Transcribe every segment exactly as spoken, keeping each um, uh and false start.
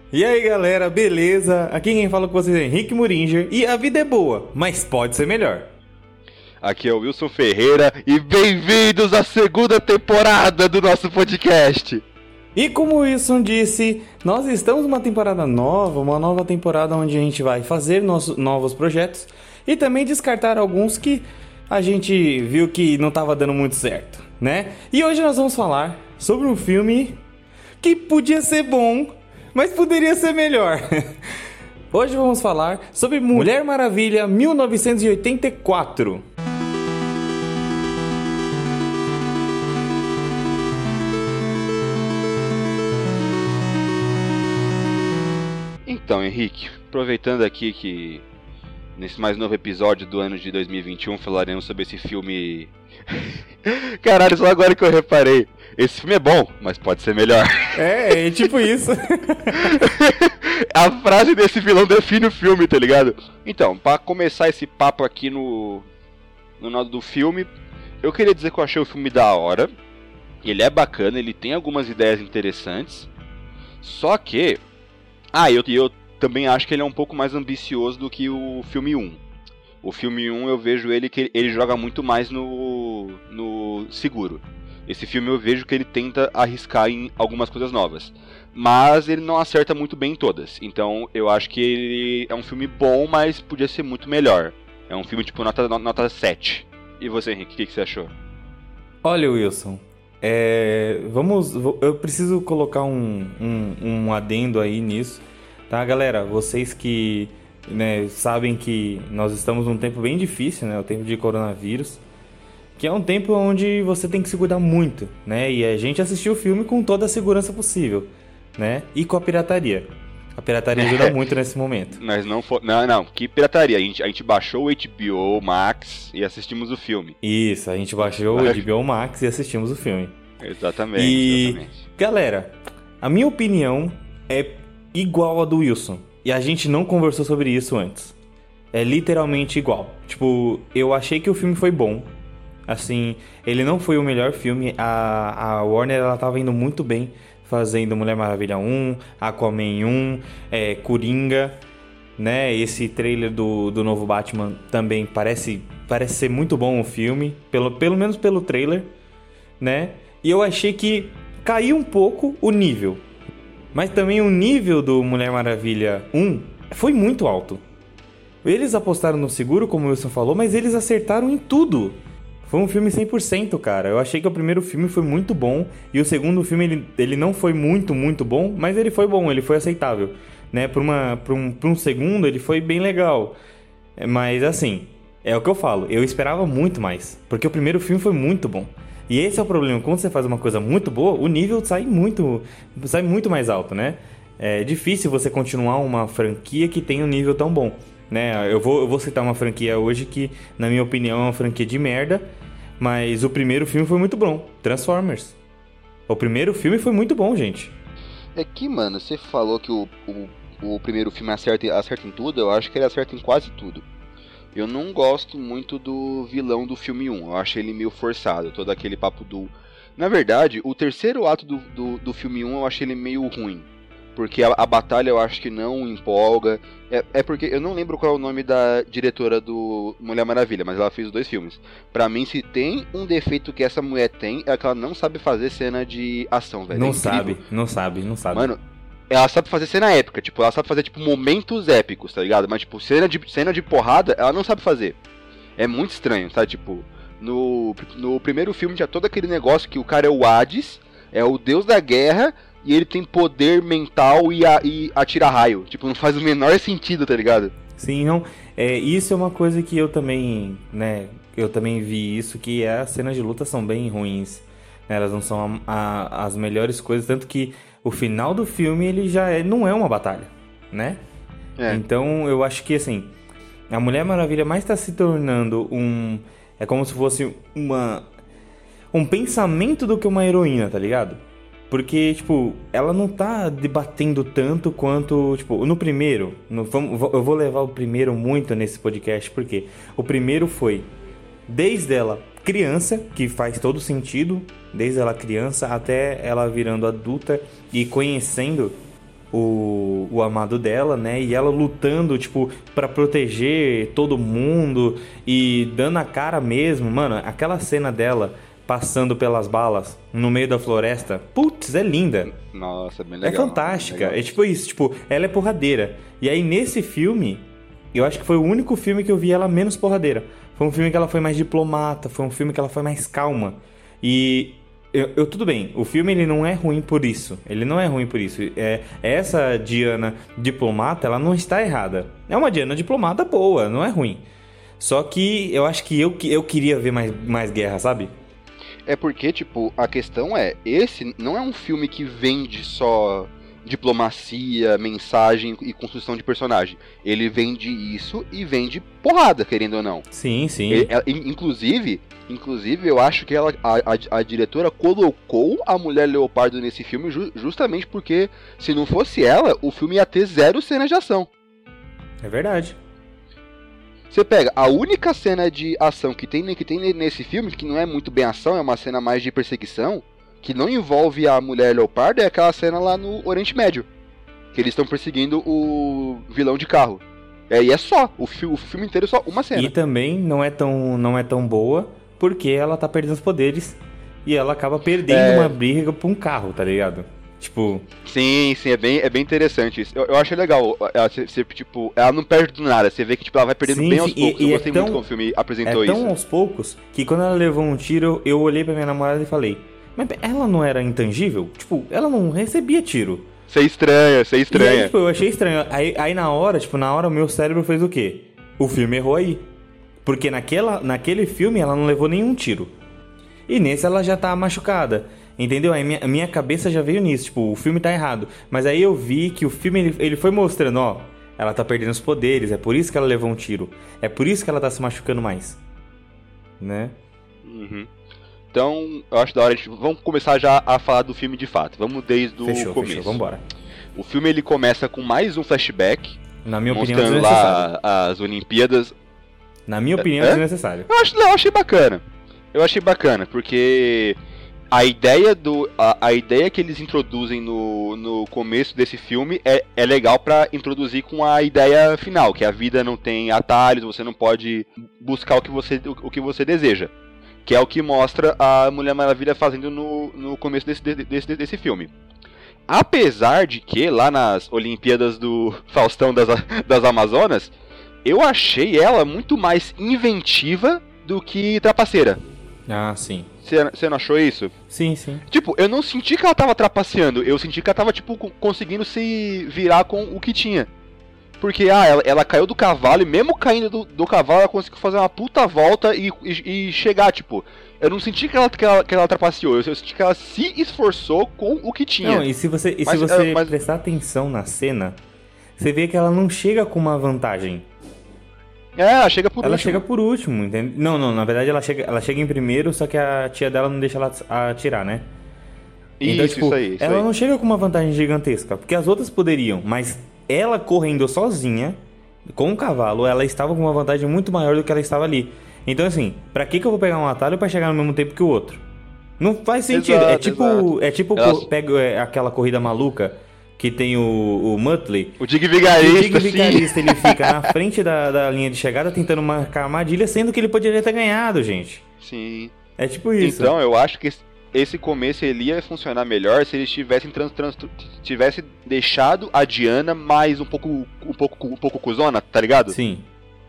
E aí galera, beleza? Aqui quem fala com vocês é Henrique Muringer e a vida é boa, mas pode ser melhor. Aqui é o Wilson Ferreira e bem-vindos à segunda temporada do nosso podcast. E como o Wilson disse, nós estamos numa temporada nova, uma nova temporada onde a gente vai fazer nossos novos projetos e também descartar alguns que a gente viu que não estava dando muito certo, né? E hoje nós vamos falar sobre um filme que podia ser bom, mas poderia ser melhor. Hoje vamos falar sobre Mulher Maravilha mil novecentos e oitenta e quatro. Então, Henrique, aproveitando aqui que nesse mais novo episódio do ano de dois mil e vinte e um falaremos sobre esse filme... Caralho, só agora que eu reparei. Esse filme é bom, mas pode ser melhor. É, é tipo isso. A frase desse vilão define o filme, tá ligado? Então, pra começar esse papo aqui no no nome do filme, eu queria dizer que eu achei o filme da hora. Ele é bacana, ele tem algumas ideias interessantes. Só que... Ah, eu, eu também acho que ele é um pouco mais ambicioso do que o filme um. O filme um eu vejo ele que ele joga muito mais no, no seguro. Esse filme eu vejo que ele tenta arriscar em algumas coisas novas. Mas ele não acerta muito bem em todas. Então eu acho que ele é um filme bom, mas podia ser muito melhor. É um filme tipo nota, nota sete. E você, Henrique, o que, que você achou? Olha, Wilson, é, vamos, eu preciso colocar um, um, um adendo aí nisso, tá, galera? Vocês que, né, sabem que nós estamos num tempo bem difícil, né? O tempo de coronavírus, que é um tempo onde você tem que se cuidar muito, né? E a gente assistiu o filme com toda a segurança possível, né? E com a pirataria. A pirataria ajuda muito nesse momento. Nós não for... Não, não, que pirataria. A gente, a gente baixou o H B O Max e assistimos o filme. Isso, a gente baixou o H B O Max e assistimos o filme. Exatamente, e... exatamente. Galera, a minha opinião é igual a do Wilson. E a gente não conversou sobre isso antes. É literalmente igual. Tipo, eu achei que o filme foi bom. Assim, ele não foi o melhor filme. A, a Warner, ela tava indo muito bem fazendo Mulher Maravilha um, Aquaman um, é, Coringa, né? Esse trailer do, do novo Batman também parece, parece ser muito bom o filme, pelo, pelo menos pelo trailer, né? E eu achei que caiu um pouco o nível. Mas também o nível do Mulher Maravilha um foi muito alto. Eles apostaram no seguro, como o Wilson falou, mas eles acertaram em tudo. Foi um filme cem por cento, cara. Eu achei que o primeiro filme foi muito bom. E o segundo filme, ele, ele não foi muito, muito bom. Mas ele foi bom, ele foi aceitável, né? Para uma, para um, para um segundo, ele foi bem legal. Mas, assim, é o que eu falo. Eu esperava muito mais. Porque o primeiro filme foi muito bom. E esse é o problema. Quando você faz uma coisa muito boa, o nível sai muito, sai muito mais alto, né? É difícil você continuar uma franquia que tem um nível tão bom, né? Eu vou, eu vou citar uma franquia hoje que, na minha opinião, é uma franquia de merda, mas o primeiro filme foi muito bom, Transformers. O primeiro filme foi muito bom, gente. É que, mano, você falou que o, o, o primeiro filme acerta, acerta em tudo, eu acho que ele acerta em quase tudo. Eu não gosto muito do vilão do filme um, eu acho ele meio forçado, todo aquele papo do... Na verdade, o terceiro ato do, do, do filme um eu achei ele meio ruim. Porque a, a batalha eu acho que não empolga. É, é porque eu não lembro qual é o nome da diretora do Mulher Maravilha, mas ela fez os dois filmes. Pra mim, se tem um defeito que essa mulher tem, é que ela não sabe fazer cena de ação, velho. Não é sabe, não sabe, não sabe. Mano, ela sabe fazer cena épica, tipo, ela sabe fazer, tipo, momentos épicos, tá ligado? Mas, tipo, cena de, cena de porrada, ela não sabe fazer. É muito estranho, sabe? Tipo, no, no primeiro filme tinha todo aquele negócio que o cara é o Hades, é o deus da guerra, e ele tem poder mental e, a, e atira raio. Tipo, não faz o menor sentido, tá ligado? Sim, não. É, isso é uma coisa que eu também, né, eu também vi isso, que é, as cenas de luta são bem ruins, né, elas não são a, a, as melhores coisas, tanto que o final do filme, ele já é, não é uma batalha, né? É. Então, eu acho que, assim, a Mulher Maravilha mais tá se tornando um... É como se fosse uma... um pensamento do que uma heroína, tá ligado? Porque, tipo, ela não tá debatendo tanto quanto, tipo, no primeiro, no, eu vou levar o primeiro muito nesse podcast, porque o primeiro foi desde ela criança, que faz todo sentido, desde ela criança até ela virando adulta e conhecendo o, o amado dela, né? E ela lutando, tipo, pra proteger todo mundo e dando a cara mesmo. Mano, aquela cena dela passando pelas balas no meio da floresta, putz, é linda. Nossa, bem É legal. fantástica. Legal. É tipo isso, tipo, ela é porradeira. E aí nesse filme, eu acho que foi o único filme que eu vi ela menos porradeira. Foi um filme que ela foi mais diplomata, foi um filme que ela foi mais calma. E eu, eu tudo bem, o filme ele não é ruim por isso. Ele não é ruim por isso. É, essa Diana diplomata, ela não está errada. É uma Diana diplomata boa, não é ruim. Só que eu acho que eu, eu queria ver mais, mais guerra, sabe? É porque, tipo, a questão é, esse não é um filme que vende só diplomacia, mensagem e construção de personagem. Ele vende isso e vende porrada, querendo ou não. Sim, sim. Ele, ela, inclusive, inclusive, eu acho que ela, a, a, a diretora colocou a Mulher Leopardo nesse filme ju, justamente porque, se não fosse ela, o filme ia ter zero cenas de ação. É verdade. Você pega a única cena de ação que tem, que tem nesse filme, que não é muito bem ação, é uma cena mais de perseguição, que não envolve a Mulher Leopardo, é aquela cena lá no Oriente Médio. Que eles estão perseguindo o vilão de carro. É, e é só, o, fi o filme inteiro é só uma cena. E também não é tão, não é tão boa, porque ela tá perdendo os poderes e ela acaba perdendo é... uma briga pra um carro, tá ligado? Tipo... Sim, sim, é bem, é bem interessante isso. Eu, eu achei legal. Ela, você, tipo, ela não perde do nada. Você vê que tipo, ela vai perdendo sim, bem aos sim, poucos. E, eu gostei é tão, muito como o filme apresentou isso. É tão isso. aos poucos que quando ela levou um tiro, eu olhei pra minha namorada e falei: mas ela não era intangível? Tipo, ela não recebia tiro. Você estranha, você estranha. E aí, tipo, eu achei estranho. Aí, aí na hora, tipo, na hora o meu cérebro fez o quê? O filme errou aí. Porque naquela, naquele filme ela não levou nenhum tiro. E nesse ela já tá machucada. Entendeu? Aí minha, minha cabeça já veio nisso, tipo, o filme tá errado. Mas aí eu vi que o filme, ele, ele foi mostrando, ó, ela tá perdendo os poderes, é por isso que ela levou um tiro. É por isso que ela tá se machucando mais. Né? Uhum. Então, eu acho da hora, a gente, vamos começar já a falar do filme de fato. Vamos desde o fechou, começo. Fechou, vambora. O filme, ele começa com mais um flashback. Na minha opinião, mostrando lá as Olimpíadas. Na minha opinião, é desnecessário. Eu, acho, eu achei bacana. Eu achei bacana, porque... A ideia, do, a, a ideia que eles introduzem no, no começo desse filme é, é legal pra introduzir com a ideia final, que a vida não tem atalhos, você não pode buscar o que você, o, o que você deseja. Que é o que mostra a Mulher Maravilha fazendo no, no começo desse, desse, desse filme. Apesar de que, lá nas Olimpíadas do Faustão das, das Amazonas, eu achei ela muito mais inventiva do que trapaceira. Ah, sim. Você não achou isso? Sim, sim. Tipo, eu não senti que ela tava trapaceando, eu senti que ela tava, tipo, conseguindo se virar com o que tinha. Porque, ah, ela, ela caiu do cavalo e mesmo caindo do, do cavalo, ela conseguiu fazer uma puta volta e, e, e chegar, tipo... Eu não senti que ela, que ela, que ela trapaceou, eu senti que ela se esforçou com o que tinha. Não, e se você, e mas, se você é, mas... prestar atenção na cena, você vê que ela não chega com uma vantagem. É, ela chega por ela último. Ela chega por último, entende? Não, não, na verdade ela chega, ela chega em primeiro, só que a tia dela não deixa ela atirar, né? Isso, então, tipo, isso aí, isso ela aí. não chega com uma vantagem gigantesca, porque as outras poderiam, mas ela correndo sozinha, com o cavalo, ela estava com uma vantagem muito maior do que ela estava ali. Então, assim, pra que que eu vou pegar um atalho pra chegar no mesmo tempo que o outro? Não faz sentido. Exato, é tipo, exato. é tipo Elas... pega é, aquela corrida maluca que tem o, o Muttley. O Dig Vigarista, O Dig Vigarista, ele fica na frente da, da linha de chegada tentando marcar armadilha, sendo que ele poderia ter ganhado, gente. Sim. É tipo isso. Então, eu acho que esse começo ele ia funcionar melhor se eles tivessem, trans, trans, tivessem deixado a Diana mais um pouco, um pouco, um pouco cuzona, tá ligado? Sim.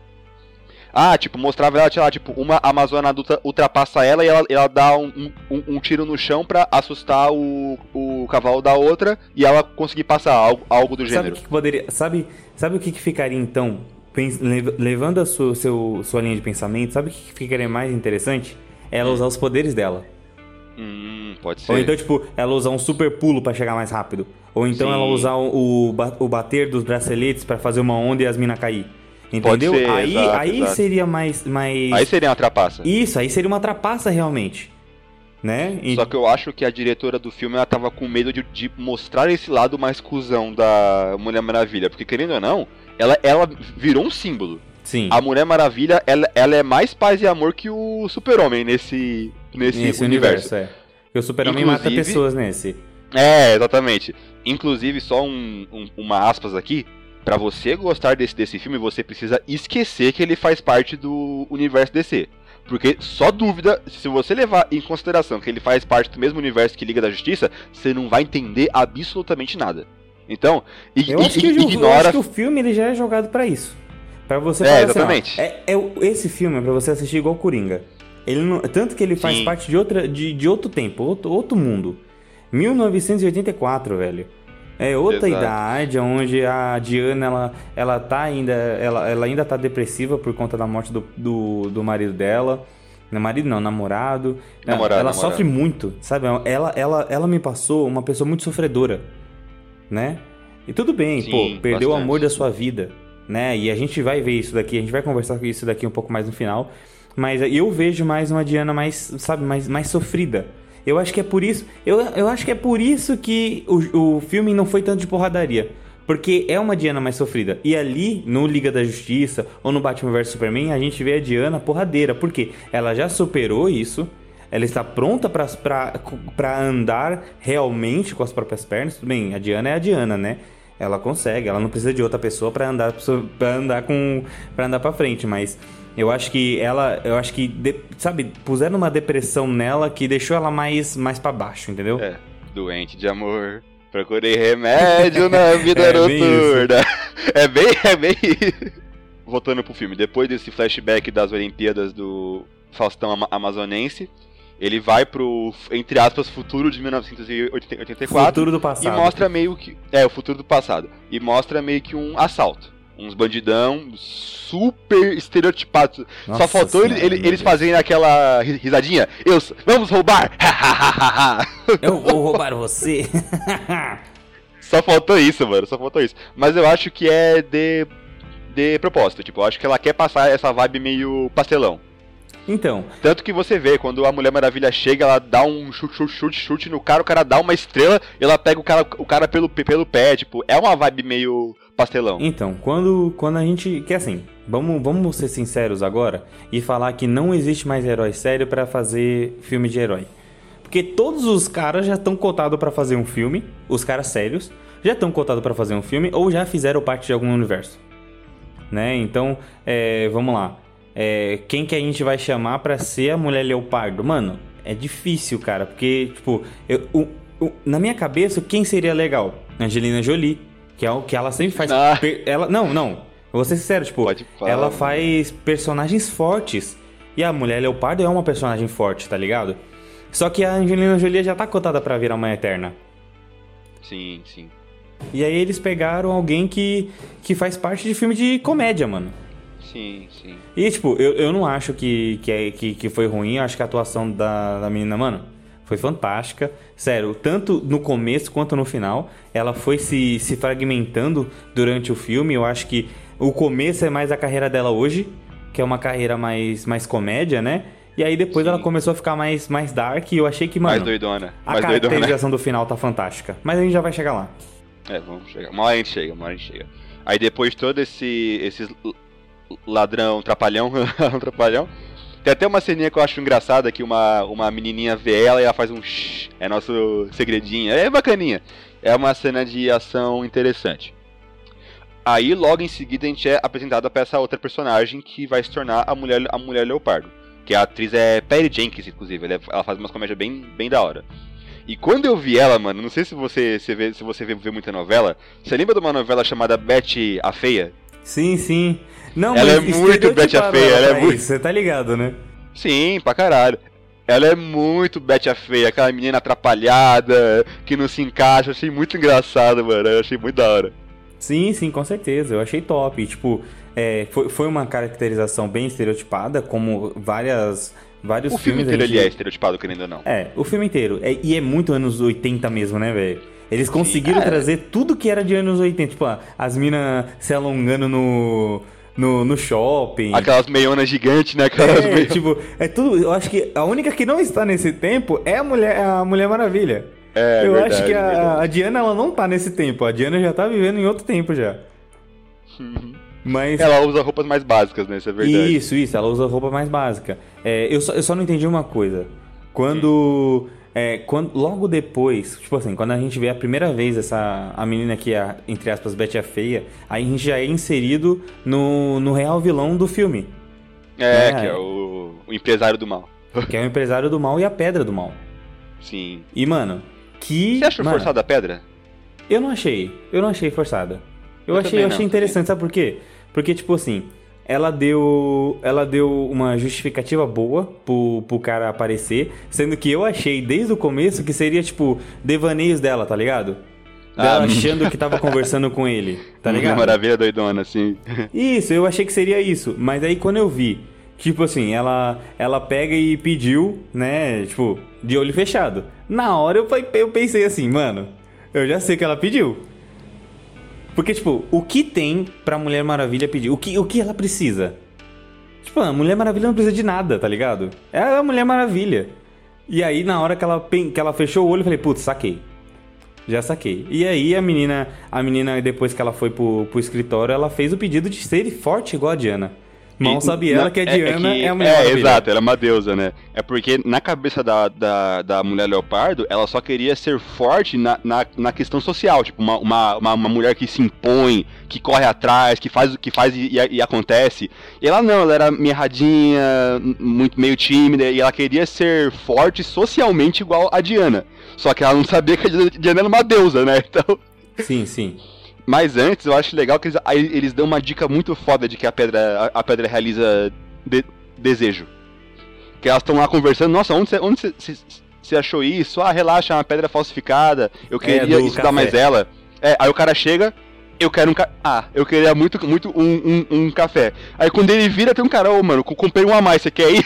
Ah, tipo, mostrava ela, sei lá, tipo, uma Amazona adulta ultrapassa ela e ela, ela dá um, um, um tiro no chão pra assustar o, o cavalo da outra e ela conseguir passar algo, algo do gênero. Sabe o que, que poderia. Sabe, sabe o que, que ficaria então? Pens, levando a sua, seu, sua linha de pensamento, sabe o que, que ficaria mais interessante? Ela usar os poderes dela. Hum, pode ser. Ou então, tipo, ela usar um super pulo pra chegar mais rápido. Ou então Sim. ela usar o, o, o bater dos braceletes pra fazer uma onda e as minas cair. Entendeu? Ser, aí exato, aí exato. seria mais, mais. Aí seria uma trapaça. Isso, aí seria uma trapaça realmente. Né? E... Só que eu acho que a diretora do filme ela tava com medo de, de mostrar esse lado mais cuzão da Mulher Maravilha. Porque, querendo ou não, ela, ela virou um símbolo. Sim. A Mulher Maravilha, ela, ela é mais paz e amor que o Super-Homem nesse, nesse, nesse universo. universo é. Porque o Super-Homem mata pessoas nesse. É, exatamente. Inclusive, só um, um, uma aspas aqui. Pra você gostar desse, desse filme, você precisa esquecer que ele faz parte do universo D C. Porque, só dúvida, se você levar em consideração que ele faz parte do mesmo universo que Liga da Justiça, você não vai entender absolutamente nada. Então, ig- Eu acho, que, ig- eu ignora... acho que o filme ele já é jogado pra isso. Pra você É, falar exatamente. assim, ó, é, é, esse filme é pra você assistir igual Coringa. Ele não, tanto que ele faz Sim. parte de, outra, de, de outro tempo, outro, outro mundo. mil novecentos e oitenta e quatro, velho. É outra Exato. idade, onde a Diana, ela, ela tá ainda, ela, ela ainda tá depressiva por conta da morte do, do, do marido dela. Não, marido não, namorado. Namorado, ela namorado. sofre muito, sabe? Ela, ela, ela me passou uma pessoa muito sofredora, né? E tudo bem, Sim, pô, perdeu o bastante. amor da sua vida, né? E a gente vai ver isso daqui, a gente vai conversar com isso daqui um pouco mais no final. Mas eu vejo mais uma Diana mais, sabe, mais, mais sofrida. Eu acho que é por isso. Eu, eu acho que é por isso que o, o filme não foi tanto de porradaria. Porque é uma Diana mais sofrida. E ali, no Liga da Justiça, ou no Batman versus Superman, a gente vê a Diana porradeira. Por quê? Ela já superou isso. Ela está pronta pra, pra, pra andar realmente com as próprias pernas. Tudo bem, a Diana é a Diana, né? Ela consegue, ela não precisa de outra pessoa pra andar, pra andar com, pra andar pra frente, mas eu acho que ela, eu acho que, de, sabe, puseram uma depressão nela que deixou ela mais, mais pra baixo, entendeu? É, doente de amor, procurei remédio na vida É bem noturna. É bem, é bem... Voltando pro filme, depois desse flashback das Olimpíadas do Faustão Ama- Amazonense, ele vai pro, entre aspas, futuro de mil novecentos e oitenta e quatro. Futuro do passado. E mostra meio que... É, o futuro do passado. E mostra meio que um assalto. Uns bandidão super estereotipados. Nossa Só faltou ele- Senhora, ele- meu eles Deus. fazerem aquela ri- risadinha. Eu, s- vamos roubar! Eu vou roubar você. Só faltou isso, mano. Só faltou isso. Mas eu acho que é de, de propósito. Tipo, eu acho que ela quer passar essa vibe meio pastelão. Então, Tanto que você vê, quando a Mulher Maravilha chega, ela dá um chute, chute, chute, chute no cara, o cara dá uma estrela e ela pega o cara, o cara pelo, pelo pé, tipo, é uma vibe meio pastelão. então, quando, quando a gente... Que assim, vamos, vamos ser sinceros agora e falar que não existe mais herói sério pra fazer filme de herói. Porque todos os caras já estão cotados pra fazer um filme, os caras sérios, já estão cotados pra fazer um filme ou já fizeram parte de algum universo. Né? Então, é, vamos lá. É, quem que a gente vai chamar pra ser a Mulher Leopardo? Mano, é difícil, cara, porque, tipo, eu, o- o- na minha cabeça, quem seria legal? Angelina Jolie, que é o que ela sempre faz. Ah. per- ela, não, não, eu vou ser sincero, tipo, Pode falar, ela mano. faz personagens fortes. E a Mulher Leopardo é uma personagem forte, tá ligado? Só que a Angelina Jolie já tá cotada pra virar uma Eterna. Sim, sim. E aí eles pegaram alguém que, que faz parte de filme de comédia, mano. Sim, sim. E, tipo, eu, eu não acho que, que, é- que, que foi ruim. Eu acho que a atuação da, da menina, mano, foi fantástica. Sério, tanto no começo quanto no final. Ela foi se, se fragmentando durante o filme. Eu acho que o começo é mais a carreira dela hoje, que é uma carreira mais, mais comédia, né? E aí depois Sim. ela começou a ficar mais, mais dark. E eu achei que, mano, mais doidona. a Mais doidona. caracterização do final tá fantástica. Mas a gente já vai chegar lá. É, vamos chegar. Uma hora a gente chega, uma hora a gente chega. Aí depois todo esse esses l- ladrão, trapalhão, trapalhão. Tem até uma ceninha que eu acho engraçada, que uma, uma menininha vê ela e ela faz um shh, é nosso segredinho. É bacaninha. É uma cena de ação interessante. Aí logo em seguida a gente é apresentada pra essa outra personagem que vai se tornar a mulher, a mulher Leopardo. Que a atriz é Patty Jenkins, inclusive. Ela, é- ela faz umas comédias bem, bem da hora. E quando eu vi ela, mano, não sei se você, se vê, se você vê, vê muita novela. Você lembra de uma novela chamada Betty a Feia? Sim, sim. Não, Ela mas é muito Betty a estereotiparam Feia, ela é pra muito- isso, você tá ligado, né? Sim, pra caralho. Ela é muito Betty a Feia, aquela menina atrapalhada, que não se encaixa. Eu achei muito engraçado, mano. Eu achei muito da hora. Sim, sim, com certeza. Eu achei top. E, tipo, é, foi, foi uma caracterização bem estereotipada, como várias, vários O filme filmes... a inteiro gente- ele é estereotipado, querendo ou não. É, o filme inteiro. É- e é muito anos oitenta mesmo, né, velho? Eles conseguiram é. trazer tudo que era de anos oitenta. Tipo, ah, as minas se alongando no, no, no shopping. Aquelas meionas gigantes, né? Aquelas É, meio... tipo, é tudo. Eu acho que a única que não está nesse tempo é a Mulher, a Mulher Maravilha. É, eu verdade, acho que a, verdade. a Diana ela não tá nesse tempo. A Diana já tá vivendo em outro tempo já. Uhum. Mas. Ela usa roupas mais básicas, né? Isso é verdade. Isso, isso, ela usa roupa mais básica. É, eu, só, eu só não entendi uma coisa. Quando é, quando, logo depois, tipo assim, quando a gente vê a primeira vez essa, a menina que é, entre aspas, Betty a Feia, aí a gente já é inserido no, no real vilão do filme. É, né? que é o, o empresário do mal. Que é o empresário do mal e a pedra do mal. Sim. E, mano, que... Você achou mano, forçada a pedra? Eu não achei. Eu não achei forçada. Eu, Eu achei, eu também achei não, interessante, sabe por quê? Porque, tipo assim, ela deu. Ela deu uma justificativa boa pro, pro cara aparecer. Sendo que eu achei desde o começo que seria, tipo, devaneios dela, tá ligado? Dela Ah, achando que tava conversando com ele, tá ligado? Maravilha doidona, assim. Isso, eu achei que seria isso. Mas aí quando eu vi, tipo assim, ela, ela pega e pediu, né? Tipo, de olho fechado. Na hora eu, eu pensei assim, mano, eu já sei que ela pediu. Porque, tipo, o que tem pra Mulher Maravilha pedir? O que, o que ela precisa? Tipo, a Mulher Maravilha não precisa de nada, tá ligado? É a Mulher Maravilha. E aí, na hora que ela, que ela fechou o olho, eu falei, putz, saquei. Já saquei. E aí, a menina, a menina depois que ela foi pro, pro escritório, ela fez o pedido de ser forte igual a Diana. Mal E- sabe ela não, que a é- é Diana é, que- a Mulher É, Maravilha. exato, ela é uma deusa, né? É porque na cabeça da, da, da mulher leopardo, ela só queria ser forte na, na, na questão social. Tipo, uma, uma, uma, uma mulher que se impõe, que corre atrás, que faz o que faz e, e, e acontece. E ela não, ela era mirradinha, muito, meio tímida, e ela queria ser forte socialmente igual a Diana. Só que ela não sabia que a Diana era uma deusa, né? Então... Sim, sim. Mas antes, eu acho legal que eles, aí eles dão uma dica muito foda de que a pedra, a, a pedra realiza de- desejo. Que elas estão lá conversando, nossa, onde você onde cê- cê- cê achou isso? Ah, relaxa, é uma pedra falsificada, eu queria do estudar café. mais ela. É, aí o cara chega, eu quero um ca... Ah, eu queria muito, muito um, um, um café. Aí quando ele vira, tem um cara, ô mano, eu comprei um a mais, você quer ir?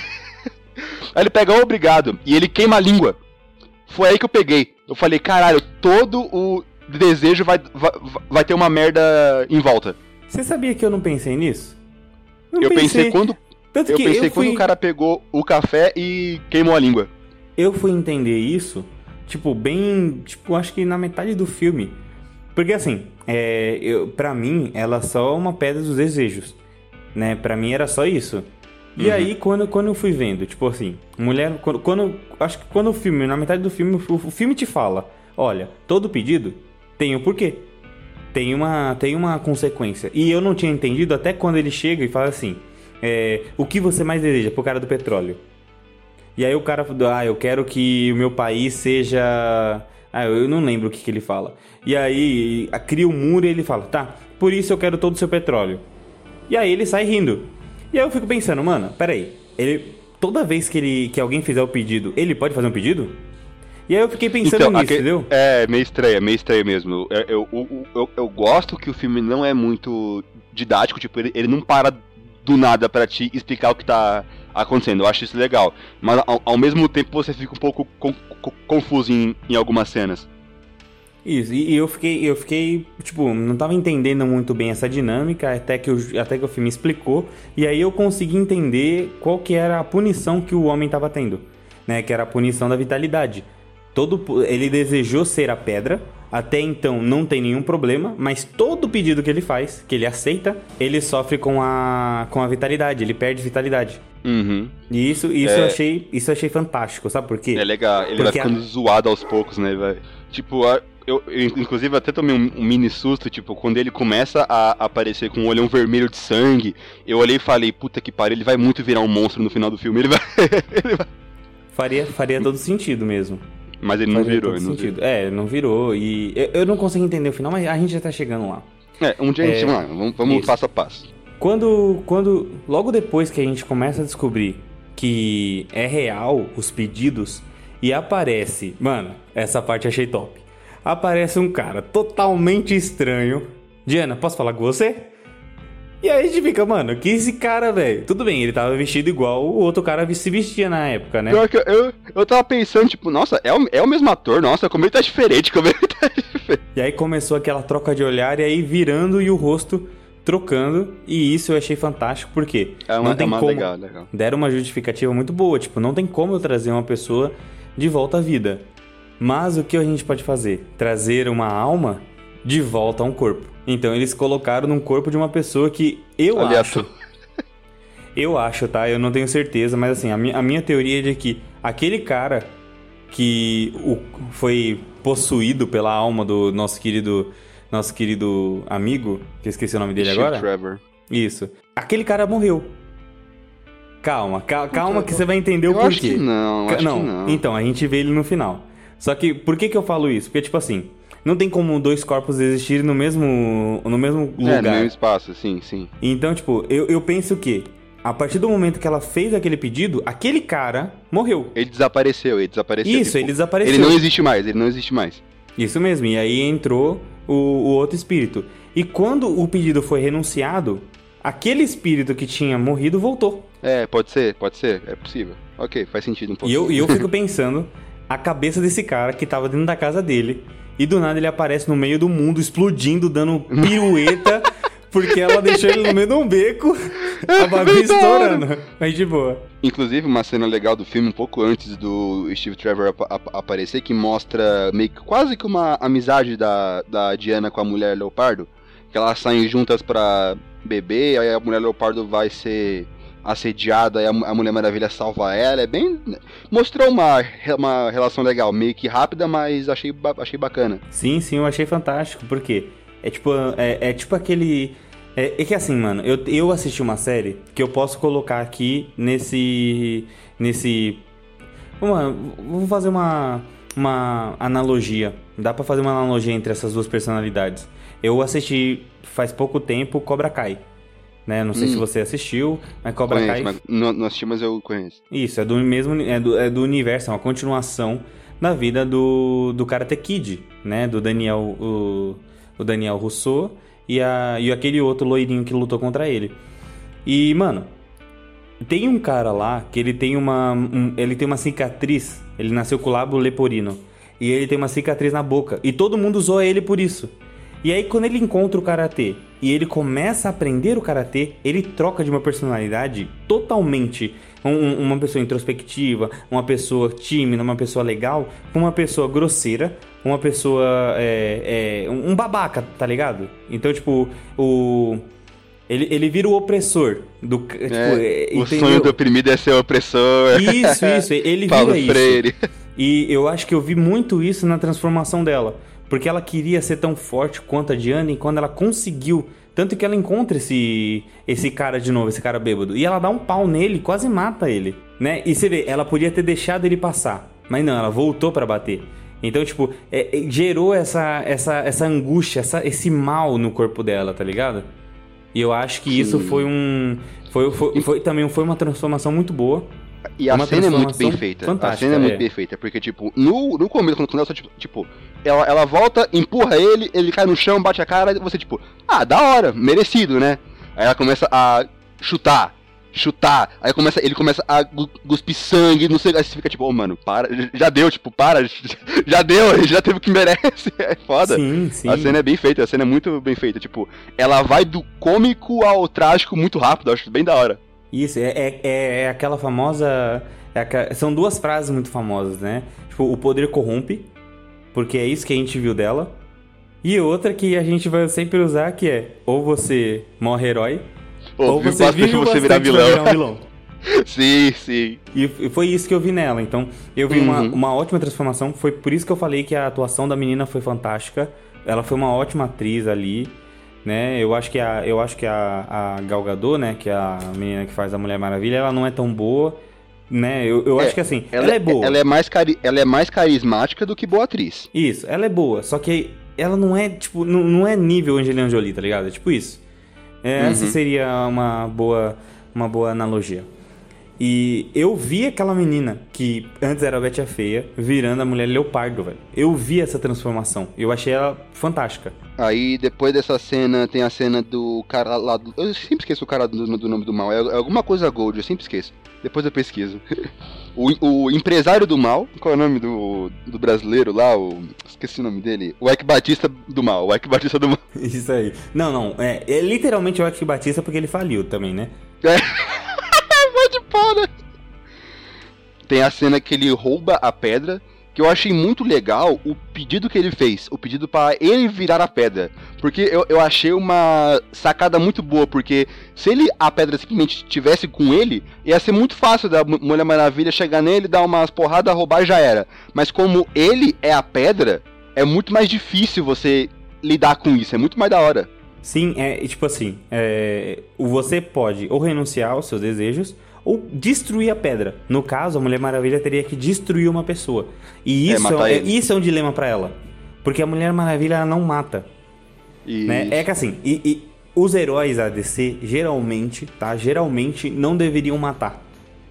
Aí ele pega, obrigado, e ele queima a língua. Foi aí que eu peguei. Eu falei, caralho, todo o desejo vai, vai, vai ter uma merda em volta. Você sabia que eu não pensei nisso? Não eu pensei, quando Tanto eu que pensei eu quando fui... o cara pegou o café e queimou a língua. Eu fui entender isso, tipo, bem... Tipo, acho que na metade do filme. Porque, assim, é, eu, pra mim, ela é só uma pedra dos desejos, né? Pra mim era só isso. E Uhum. aí, quando, quando eu fui vendo, tipo assim, mulher... Quando, quando, acho que quando o filme, na metade do filme, o, o filme te fala, olha, todo pedido tem um porquê. Tem uma, tem uma consequência. E eu não tinha entendido até quando ele chega e fala assim, é, o que você mais deseja pro cara do petróleo? E aí o cara fala, ah, eu quero que o meu país seja... Ah, eu não lembro o que, que ele fala. E aí a- cria um muro e ele fala, tá, por isso eu quero todo o seu petróleo. E aí ele sai rindo. E aí eu fico pensando, mano, peraí, ele, toda vez que, ele, que alguém fizer o pedido, ele pode fazer um pedido? E aí eu fiquei pensando Então, nisso, aque- entendeu? É, meio estranho, é meio estranho mesmo. Eu, eu, eu, eu, eu gosto que o filme não é muito didático, tipo, ele, ele não para do nada pra te explicar o que tá acontecendo. Eu acho isso legal. Mas ao, ao mesmo tempo você fica um pouco con- con- confuso em, em algumas cenas. Isso, e, e eu fiquei, eu fiquei, tipo, não tava entendendo muito bem essa dinâmica, até que, o, até que o filme explicou, e aí eu consegui entender qual que era a punição que o homem tava tendo, né, que era a punição da vitalidade. Todo, ele desejou ser a pedra, até então não tem nenhum problema, mas todo pedido que ele faz, que ele aceita, ele sofre com a, com a vitalidade, ele perde vitalidade. Uhum. E isso, isso, É. eu achei, isso eu achei fantástico, sabe por quê? É legal, ele vai Porque a- ficando zoado aos poucos, né, velho? Tipo, a- eu, eu inclusive até tomei um, um mini susto, tipo, quando ele começa a aparecer com um olhão vermelho de sangue, eu olhei e falei, puta que pariu, ele vai muito virar um monstro no final do filme, ele vai... ele vai... Faria, faria todo sentido mesmo. Mas ele não Faria virou, todo ele não sentido. virou. É, não virou. E eu, eu não consegui entender o final, mas a gente já tá chegando lá. É, um dia a gente, É, mano, vamos, vamos isso. passo a passo. Quando, quando. Logo depois que a gente começa a descobrir que é real os pedidos e aparece. Mano, essa parte eu achei top. Aparece um cara totalmente estranho. Diana, posso falar com você? E aí a gente fica, mano, que esse cara, velho? Tudo bem, ele tava vestido igual o outro cara se vestia na época, né? Pior que eu, eu, eu tava pensando, tipo, nossa, é o, é o mesmo ator, nossa, como ele tá diferente, como ele tá diferente. E aí começou aquela troca de olhar e aí virando e o rosto trocando. E isso eu achei fantástico, porque É uma, não tem é uma como. legal, legal. Deram uma justificativa muito boa, tipo, não tem como eu trazer uma pessoa de volta à vida. Mas o que a gente pode fazer? Trazer uma alma de volta a um corpo. Então eles colocaram num corpo de uma pessoa que eu Aleatório. acho... Eu acho, tá? Eu não tenho certeza, mas assim, a minha, a minha teoria é de que aquele cara que o, foi possuído pela alma do nosso querido, nosso querido amigo, que eu esqueci o nome dele Steve agora. Trevor. Isso. Aquele cara morreu. Calma, cal- calma que você vai entender o Eu porquê. acho que não, acho não, que não. Então, a gente vê ele no final. Só que, por que que eu falo isso? Porque, tipo assim, não tem como dois corpos existirem no mesmo, no mesmo lugar. É, no mesmo espaço, sim, sim. Então, tipo, eu, eu penso que, a partir do momento que ela fez aquele pedido, aquele cara morreu. Ele desapareceu, ele desapareceu. Isso, tipo, ele desapareceu. Ele não existe mais, ele não existe mais. Isso mesmo, e aí entrou o, o outro espírito. E quando o pedido foi renunciado, aquele espírito que tinha morrido voltou. É, pode ser, pode ser, é possível. Ok, faz sentido um pouco. E eu, e eu fico pensando, a cabeça desse cara que tava dentro da casa dele, e do nada ele aparece no meio do mundo, explodindo, dando pirueta, porque ela deixou ele no meio de um beco, a bagulho estourando. Mas de boa. Inclusive, uma cena legal do filme, um pouco antes do Steve Trevor ap- ap- aparecer, que mostra meio que quase que uma amizade da, da Diana com a mulher leopardo, que elas saem juntas pra beber, aí a mulher leopardo vai ser assediada e a, a Mulher Maravilha salva ela. É bem... Mostrou uma, re- uma relação legal, meio que rápida, mas achei, ba- achei bacana. Sim, sim, eu achei fantástico, porque é tipo, é, é tipo aquele... É, é que assim, mano, eu, eu assisti uma série que eu posso colocar aqui nesse... Nesse... Vamos, vamos fazer uma, uma analogia. Dá pra fazer uma analogia entre essas duas personalidades. Eu assisti faz pouco tempo Cobra Kai. Né? Não sei Hum. se você assistiu, mas Cobra Conheço, Kai... mas não, não assisti, mas eu conheço. Isso, é do mesmo é do, é do universo, é uma continuação da vida do, do Karate Kid, né? Do Daniel, o, o Daniel Russo e, a, e aquele outro loirinho que lutou contra ele. E, mano, tem um cara lá que ele tem uma, um, ele tem uma cicatriz, ele nasceu com o lábio leporino, e ele tem uma cicatriz na boca, e todo mundo zoa ele por isso. E aí, quando ele encontra o karatê e ele começa a aprender o karatê, ele troca de uma personalidade totalmente. Um, uma pessoa introspectiva, uma pessoa tímida, uma pessoa legal, pra uma pessoa grosseira, uma pessoa. É, é, um babaca, tá ligado? Então, tipo, o. Ele, ele vira o opressor do. Tipo, É, o entendeu? sonho do oprimido é ser opressor. Isso, isso, ele Paulo vira isso. Freire. E eu acho que eu vi muito isso na transformação dela. Porque ela queria ser tão forte quanto a Diana e quando ela conseguiu. Tanto que ela encontra esse, esse cara de novo, esse cara bêbado. E ela dá um pau nele, quase mata ele, né? E você vê, ela podia ter deixado ele passar. Mas não, ela voltou pra bater. Então, tipo, é, é, gerou essa, essa, essa angústia, essa, esse mal no corpo dela, tá ligado? E eu acho que isso Sim. foi um... Foi, foi, foi, também foi uma transformação muito boa. E a Uma cena é muito bem transformação feita. A fantástica, cena é muito é. bem feita. Porque, tipo, no, no começo, quando ela só, tipo, tipo ela, ela volta, empurra ele, ele cai no chão, bate a cara, e você, tipo, ah, da hora, merecido, né? Aí ela começa a chutar, chutar. Aí começa, ele começa a gu- cuspir sangue, não sei. Aí você fica, tipo, ô, oh, mano, para, já deu, tipo, para, já deu, já teve o que merece. É foda. Sim, sim. A cena é bem feita, a cena é muito bem feita. Tipo, ela vai do cômico ao trágico muito rápido, eu acho bem da hora. Isso, é, é, é- é aquela famosa... é aqua- são duas frases muito famosas, né? Tipo, o poder corrompe, porque é isso que a gente viu dela. E outra que a gente vai sempre usar, que é ou você morre herói, Ô, ou viu você bastante vive você bastante virar pra vilão. virar um vilão. Sim, sim. E f- foi isso que eu vi nela. Então, eu vi uma, Uhum. uma ótima transformação. Foi por isso que eu falei que a atuação da menina foi fantástica. Ela foi uma ótima atriz ali, né? Eu acho que a, eu acho que a, a Gal Gadot, né? Que é a menina que faz a Mulher Maravilha, ela não é tão boa, né? Eu, eu É, acho que assim, ela, é boa. Ela é, mais cari ela é mais carismática do que boa atriz. Isso, ela é boa. Só que ela não é, tipo, não, não é nível Angelina Jolie, tá ligado? É tipo isso. É, essa Uhum. seria uma boa, uma boa analogia. E eu vi aquela menina que antes era a Betty a Feia virando a Mulher Leopardo, velho. Eu vi essa transformação. Eu achei ela fantástica. Aí depois dessa cena tem a cena do cara lá do... Eu sempre esqueço o cara do, do nome do mal. É, é alguma coisa Gold, eu sempre esqueço. Depois eu pesquiso. o, o empresário do mal, qual é o nome do, do brasileiro lá? O, esqueci o nome dele. O Eike Batista do mal. O Eike Batista do mal. Isso aí. Não, não. É, é literalmente o Eike Batista porque ele faliu também, né? É. Pode pau, né? Tem a cena que ele rouba a pedra que eu achei muito legal o pedido que ele fez, o pedido para ele virar a pedra, porque eu, eu achei uma sacada muito boa, porque se ele, a pedra simplesmente estivesse com ele, ia ser muito fácil da Mulher Maravilha chegar nele, dar umas porradas, roubar e já era, mas como ele é a pedra, é muito mais difícil você lidar com isso, é muito mais da hora. Sim, é tipo assim, é, você pode ou renunciar aos seus desejos, ou destruir a pedra. No caso, a Mulher Maravilha teria que destruir uma pessoa. E isso é, é, isso é um dilema pra ela. Porque a Mulher Maravilha ela não mata. Né? É que assim, e, e os heróis A D C, geralmente, tá? Geralmente não deveriam matar.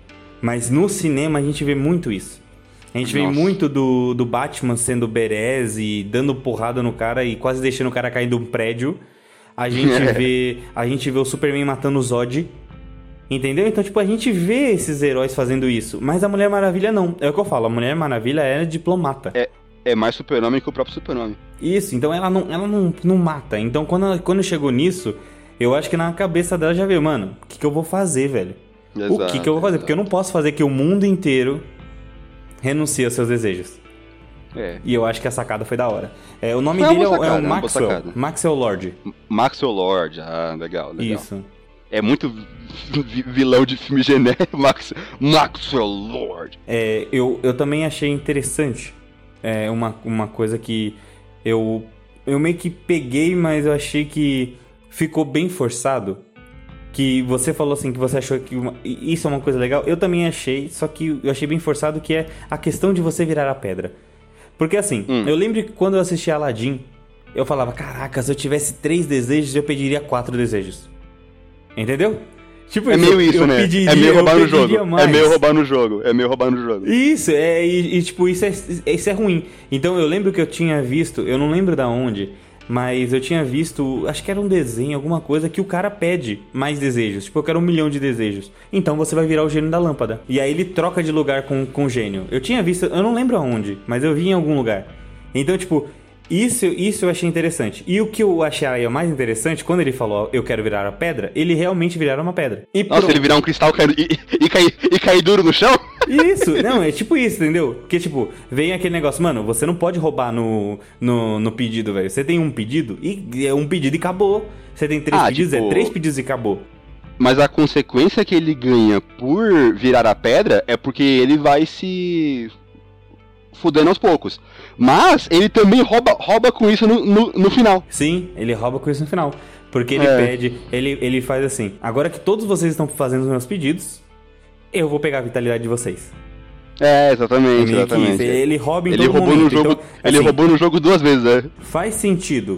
Mas no cinema a gente vê muito isso. A gente Nossa. vê muito do, do Batman sendo badass e dando porrada no cara e quase deixando o cara cair de um prédio. A gente vê, a gente vê o Superman matando o Zod. Entendeu? Então, tipo, a gente vê esses heróis fazendo isso. Mas a Mulher Maravilha não. É o que eu falo, a Mulher Maravilha é diplomata. É, é mais super-homem que o próprio super-homem. Isso, então ela não, ela não, não mata. Então, quando, ela, quando chegou nisso, eu acho que na cabeça dela já veio, mano, o que, que eu vou fazer, velho? Exato, o que, que eu vou fazer? Exato. Porque eu não posso fazer que o mundo inteiro renuncie aos seus desejos. É. E eu acho que a sacada foi da hora. É, o nome foi dele sacada, é o Maxwell. Maxwell Lord. Maxwell Lord, ah, legal, legal. Isso. É muito vilão de filme genérico, Max, Maxwell Lord. É, eu, eu também achei interessante é, uma, uma coisa que eu, eu meio que peguei, mas eu achei que ficou bem forçado. Que você falou assim, que você achou que uma, isso é uma coisa legal. Eu também achei, só que eu achei bem forçado, que é a questão de você virar a pedra. Porque assim, hum. eu lembro que quando eu assisti Aladdin, eu falava, caraca, se eu tivesse três desejos, eu pediria quatro desejos. Entendeu? Tipo, é meio isso, né? Pediria, é meio roubar no jogo. Mais. É meio roubar no jogo. É meio roubar no jogo. Isso, é, e, e tipo, isso é, isso é ruim. Então eu lembro que eu tinha visto, eu não lembro da onde, mas eu tinha visto, acho que era um desenho, alguma coisa, que o cara pede mais desejos. Tipo, eu quero um milhão de desejos. Então você vai virar o gênio da lâmpada. E aí ele troca de lugar com, com o gênio. Eu tinha visto, eu não lembro aonde, mas eu vi em algum lugar. Então, tipo... Isso, isso eu achei interessante. E o que eu achei aí mais interessante, quando ele falou eu quero virar a pedra, ele realmente virar uma pedra. E Nossa, pronto. Ele virar um cristal e, e, e, cair, e cair duro no chão? Isso, não, é tipo isso, entendeu? Porque, tipo, vem aquele negócio, mano, você não pode roubar no, no, no pedido, velho. Você tem um pedido e é um pedido e acabou. Você tem três ah, pedidos, tipo... é três pedidos e acabou. Mas a consequência que ele ganha por virar a pedra é porque ele vai se... fudendo aos poucos. Mas ele também rouba, rouba com isso no, no, no final. Sim, ele rouba com isso no final. Porque ele é. pede, ele, ele faz assim, agora que todos vocês estão fazendo os meus pedidos, eu vou pegar a vitalidade de vocês. É, exatamente, é exatamente. Ele rouba em ele todo roubou momento. No jogo, então, ele assim, roubou no jogo duas vezes, né? Faz sentido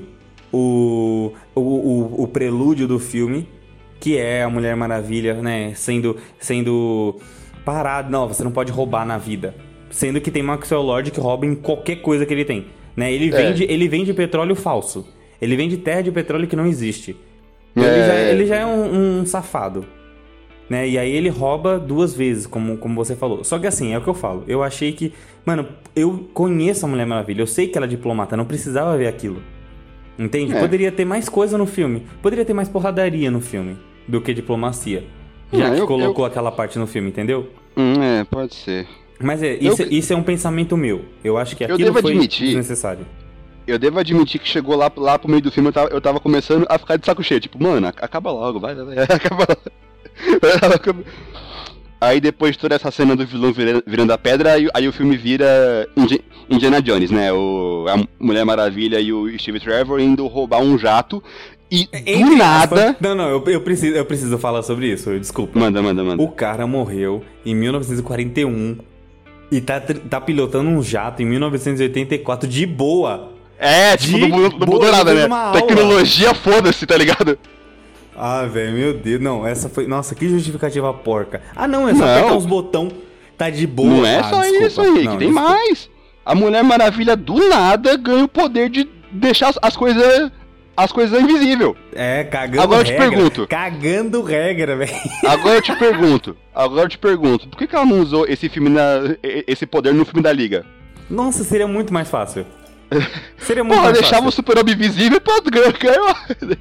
o, o, o, o prelúdio do filme, que é a Mulher Maravilha, né, sendo, sendo parado. Não, você não pode roubar na vida. Sendo que tem Maxwell Lord que rouba em qualquer coisa que ele tem. Né? Ele, é. vende, ele vende petróleo falso. Ele vende terra de petróleo que não existe. É. Ele, já, ele já é um, um safado. Né? E aí ele rouba duas vezes, como, como você falou. Só que assim, é o que eu falo. Eu achei que... Mano, eu conheço a Mulher Maravilha. Eu sei que ela é diplomata. Não precisava ver aquilo. Entende? É. Poderia ter mais coisa no filme. Poderia ter mais porradaria no filme do que diplomacia. Já é, que eu, colocou eu... aquela parte no filme, entendeu? Hum, é, pode ser. Mas é, isso, eu... isso é um pensamento meu. Eu acho que aquilo foi admitir, desnecessário. Eu devo admitir que chegou lá, lá pro meio do filme, eu tava, eu tava começando a ficar de saco cheio. Tipo, mano, acaba logo, vai, vai, vai acaba logo. Aí depois de toda essa cena do vilão virando a pedra, aí, aí o filme vira Indiana Jones, né? O, a Mulher Maravilha e o Steve Trevor indo roubar um jato. E Entre do nada... Aspas, não, não, eu, eu, preciso, eu preciso falar sobre isso, desculpa. Manda, manda, manda. O cara morreu em mil novecentos e quarenta e um e tá, tá pilotando um jato em mil novecentos e oitenta e quatro de boa. É, tipo, não mudou nada, né? Tecnologia, foda-se, tá ligado? Ah, velho, meu Deus, não, essa foi... Nossa, que justificativa porca. Ah, não, é só não. apertar os botões, tá de boa. Não é ah, só desculpa. isso aí, não, que tem desculpa. mais. A Mulher Maravilha, do nada, ganha o poder de deixar as coisas... As coisas invisíveis. É, cagando Agora regra. eu te pergunto. Cagando regra, velho. Agora eu te pergunto. Agora eu te pergunto. Por que, que ela não usou esse filme na, esse poder no filme da Liga? Nossa, seria muito mais fácil. Seria muito Porra, mais deixava fácil. o Super-Homem invisível pra ganhar.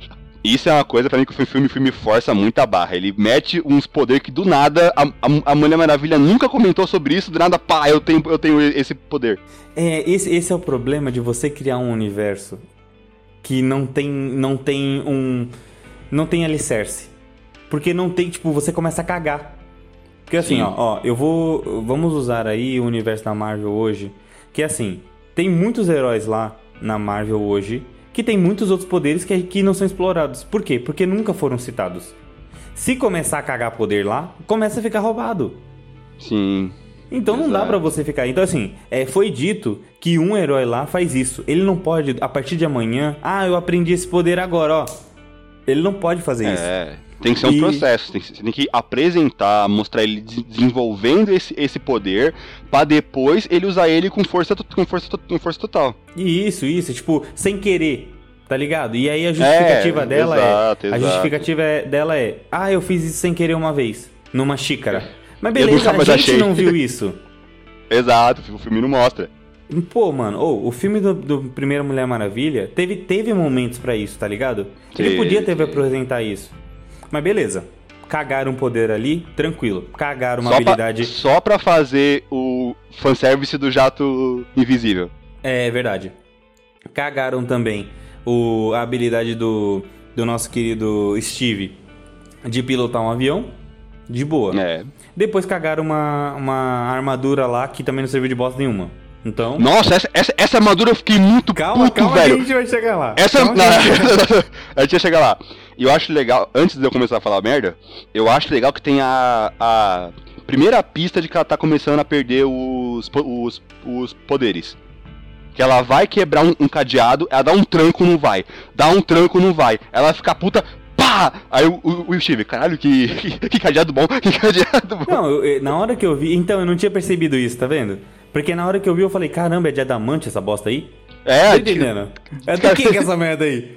Isso é uma coisa pra mim que o filme, o filme força muito a barra. Ele mete uns poderes que do nada a, a, a Mulher Maravilha nunca comentou sobre isso, do nada, pá, eu tenho, eu tenho esse poder. É, esse, esse é o problema de você criar um universo que não tem, não tem um... não tem alicerce. Porque não tem, tipo, você começa a cagar. Porque assim, ó, ó, eu vou... vamos usar aí o universo da Marvel hoje, que é assim, tem muitos heróis lá na Marvel hoje que tem muitos outros poderes que, que não são explorados. Por quê? Porque nunca foram citados. Se começar a cagar poder lá, começa a ficar roubado. Sim. Então não Exato. dá pra você ficar... Então assim, é, foi dito que um herói lá faz isso. Ele não pode, a partir de amanhã... Ah, eu aprendi esse poder agora, ó. Ele não pode fazer isso. É, tem que ser um E- processo. Tem que, você tem que apresentar, mostrar ele de- desenvolvendo esse, esse poder, pra depois ele usar ele com força, to- com força, to- com força total. E isso, isso, tipo, sem querer, tá ligado? E aí a justificativa É, dela exato, é... A exato. justificativa é- dela é... Ah, eu fiz isso sem querer uma vez, numa xícara. Mas Eu beleza, nunca a mais gente achei. não viu isso. Exato, o filme não mostra. Pô, mano, oh, o filme do, do Primeira Mulher Maravilha teve, teve momentos pra isso, tá ligado? Ele Teve, podia ter teve. apresentar isso. Mas beleza. Cagaram um poder ali, tranquilo. Cagaram uma Só habilidade... Pra, só pra fazer o fanservice do jato invisível. É verdade. Cagaram também o, a habilidade do, do nosso querido Steve de pilotar um avião. De boa. É. Depois cagaram uma, uma armadura lá que também não serviu de bosta nenhuma. Então... Nossa, essa, essa, essa armadura eu fiquei muito Calma, puto, calma velho. que a gente vai chegar lá. Essa. Calma Não, que a gente- a gente ia chegar lá. E eu acho legal, antes de eu começar a falar merda, eu acho legal que tem a, a primeira pista de que ela tá começando a perder os, po- os, os poderes. Que ela vai quebrar um, um cadeado, ela dá um tranco, não vai. Dá um tranco, não vai. Ela fica puta, pá! Aí o, o, o Steve, caralho, que, que, que cadeado bom, que cadeado bom. Não, eu- eu- na hora que eu vi... Então, eu não tinha percebido isso, tá vendo? Porque na hora que eu vi, eu falei, caramba, é de adamante essa bosta aí? É, Tá entendendo? É do que que é essa merda aí?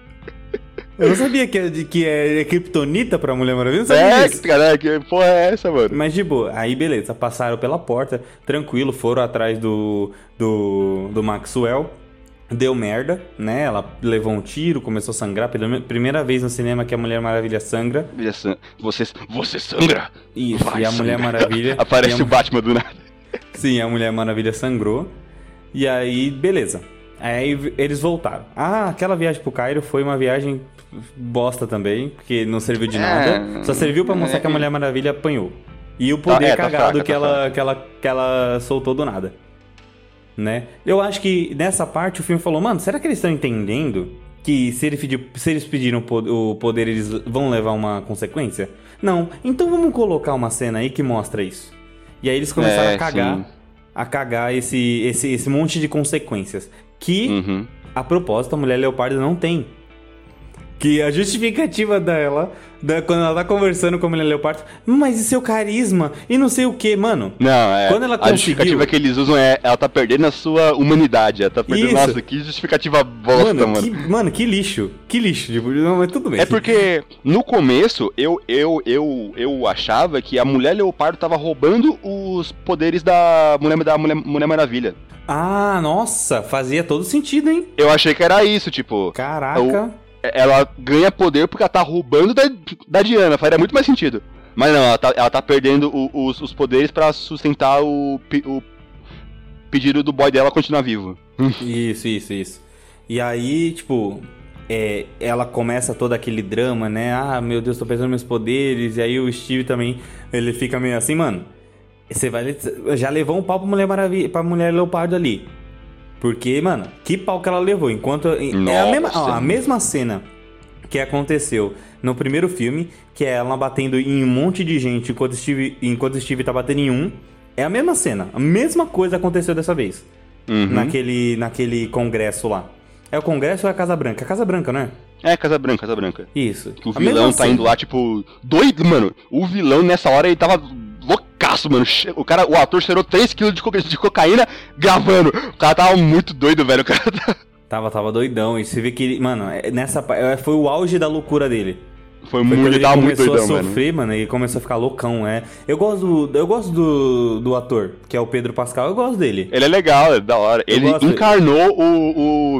Eu não sabia que é, de- que é, é kryptonita pra Mulher Maravilha, eu não sabia é, disso. caralho, que porra é essa, mano? Mas de boa, aí beleza, passaram pela porta, tranquilo, foram atrás do, do, do Maxwell, deu merda, né? Ela levou um tiro, começou a sangrar, pela primeira vez no cinema que a Mulher Maravilha sangra. Você, você sangra? Isso, Vai e a Mulher sangrar. Maravilha... Aparece e a- o Batman do nada. Sim, a Mulher Maravilha sangrou, e aí, beleza. Aí v- eles voltaram. Ah, aquela viagem pro Cairo foi uma viagem bosta também, porque não serviu de É, nada. Só serviu pra mostrar é. que a Mulher Maravilha apanhou. E o poder Tá, é, tá cagado fraca, que, tá ela, fraca. que, ela, que ela soltou do nada. Né? Eu acho que nessa parte o filme falou, mano, será que eles estão entendendo que se, ele pedir, se eles pediram o poder, eles vão levar uma consequência? Não. Então vamos colocar uma cena aí que mostra isso. E aí eles começaram É, a cagar, sim. a cagar esse, esse, esse monte de consequências. Que, Uhum. a propósito, a Mulher Leopardo não tem. Que a justificativa dela, da, quando ela tá conversando com a Mulher Leopardo, mas e seu carisma? E não sei o que, mano. Não, é. Quando ela a conseguiu- justificativa que eles usam é ela tá perdendo a sua humanidade. Ela tá perdendo. Isso. Nossa, que justificativa bosta, Mano, mano. que, mano, que lixo. Que lixo. Tipo, não, mas tudo bem. É porque no começo eu, eu, eu, eu achava que a Mulher Leopardo tava roubando os poderes da Mulher, da Mulher, Mulher Maravilha. Ah, nossa, fazia todo sentido, hein? Eu achei que era isso, tipo. Caraca. Ela ganha poder porque ela tá roubando da, da Diana. Faria muito mais sentido. Mas não, ela tá, ela tá perdendo o- os, os poderes pra sustentar o, pe- o pedido do boy dela continuar vivo. Isso, isso, isso. E aí, tipo, é, ela começa todo aquele drama, né? Ah, meu Deus, tô perdendo meus poderes. E aí o Steve também, ele fica meio assim, mano. Você vai. Já levou um pau pra Mulher Maravilha, pra Mulher Leopardo ali. Porque, mano, que pau que ela levou. Enquanto. É a mesma, ó, a mesma cena que aconteceu no primeiro filme, que é ela batendo em um monte de gente enquanto o Steve, enquanto o Steve tá batendo em um. É a mesma cena. A mesma coisa aconteceu dessa vez. Uhum. Naquele, naquele congresso lá. É o congresso ou é a Casa Branca? É a Casa Branca, não é? É, Casa Branca, Casa Branca. Isso. Que o A vilão mesma tá cena. indo lá, tipo, doido, mano. O vilão nessa hora ele tava loucaço, mano. Che- O cara, o ator cheirou três quilos de, coca- de cocaína gravando. O cara tava muito doido, velho. O cara tá... Tava, tava doidão. E você vê que ele. Mano, é- nessa pa- é, foi o auge da loucura dele. Foi Foi muito, quando ele ele tava muito começou doidão, a mano. sofrer, mano, e começou a ficar loucão, é. Eu gosto do, eu gosto do, do ator, que é o Pedro Pascal, eu gosto dele. Ele é legal, é da hora. Eu Ele gosto encarnou o, o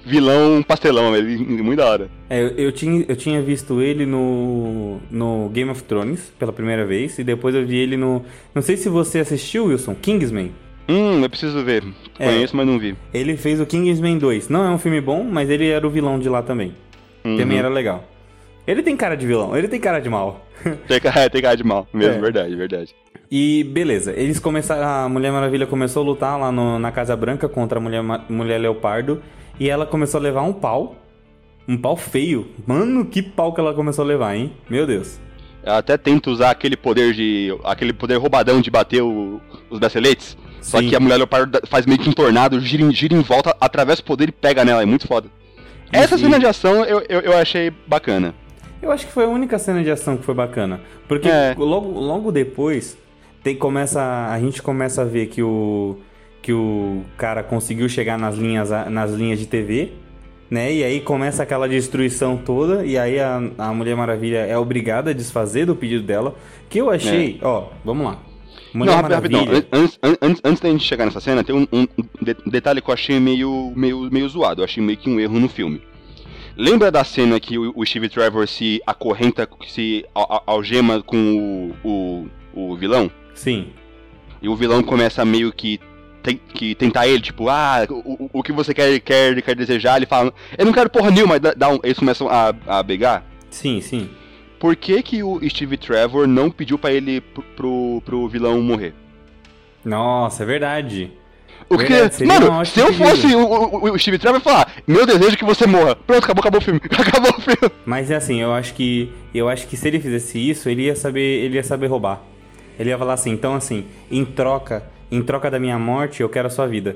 vilão pastelão, ele muito da hora. É, eu, eu, tinha, eu tinha visto ele no, no Game of Thrones pela primeira vez, e depois eu vi ele no... Não sei se você assistiu, Wilson, Kingsman. Hum, eu preciso ver. É, Conheço, mas não vi. Ele fez o Kingsman dois. Não é um filme bom, mas ele era o vilão de lá também. Uhum. Também era legal. Ele tem cara de vilão, ele tem cara de mal. Tem cara, tem cara de mal, mesmo, É. verdade, verdade. E beleza, eles começaram. A Mulher Maravilha começou a lutar lá no, na Casa Branca contra a Mulher, Mulher Leopardo. E ela começou a levar um pau. Um pau feio. Mano, que pau que ela começou a levar, hein? Meu Deus. Ela até tenta usar aquele poder de. aquele poder roubadão de bater o, os braceletes. Só Sim. que a Mulher Leopardo faz meio que um tornado, gira, em- gira em volta, atravessa o poder e pega nela. É muito foda. Essa E- cena de ação eu, eu, eu achei bacana. Eu acho que foi a única cena de ação que foi bacana. Porque É. logo, logo depois, tem, começa, a gente começa a ver que o, que o cara conseguiu chegar nas linhas, nas linhas de T V, né? E aí começa aquela destruição toda, e aí a, a Mulher Maravilha é obrigada a desfazer do pedido dela. Que eu achei, ó, vamos lá. Mulher Não, rapid- Maravilha. rapidão. An- Antes, an- antes, antes da gente chegar nessa cena, tem um, um de- detalhe que eu achei meio, meio, meio zoado. Eu achei meio que um erro no filme. Lembra da cena que o, o Steve Trevor se acorrenta, se al- al- algema com o, o, o vilão? Sim. E o vilão começa a meio que, tem, que tentar ele, tipo, ah, o, o, o que você quer, quer, quer desejar? Ele fala, eu não quero porra nenhuma, mas dá, dá um, eles começam a, a brigar. Sim, sim. Por que que o Steve Trevor não pediu pra ele, pro, pro, pro vilão morrer? Nossa, é verdade. O que, Verdade, seria um mano, ótimo se eu pedido. fosse o, o, o Steve Trevor, eu ia falar, meu desejo é que você morra. Pronto, acabou, acabou o filme. Acabou o filme. Mas é assim, eu acho que eu acho que se ele fizesse isso, ele ia saber, ele ia saber roubar. Ele ia falar assim, então assim, em troca, em troca da minha morte, eu quero a sua vida.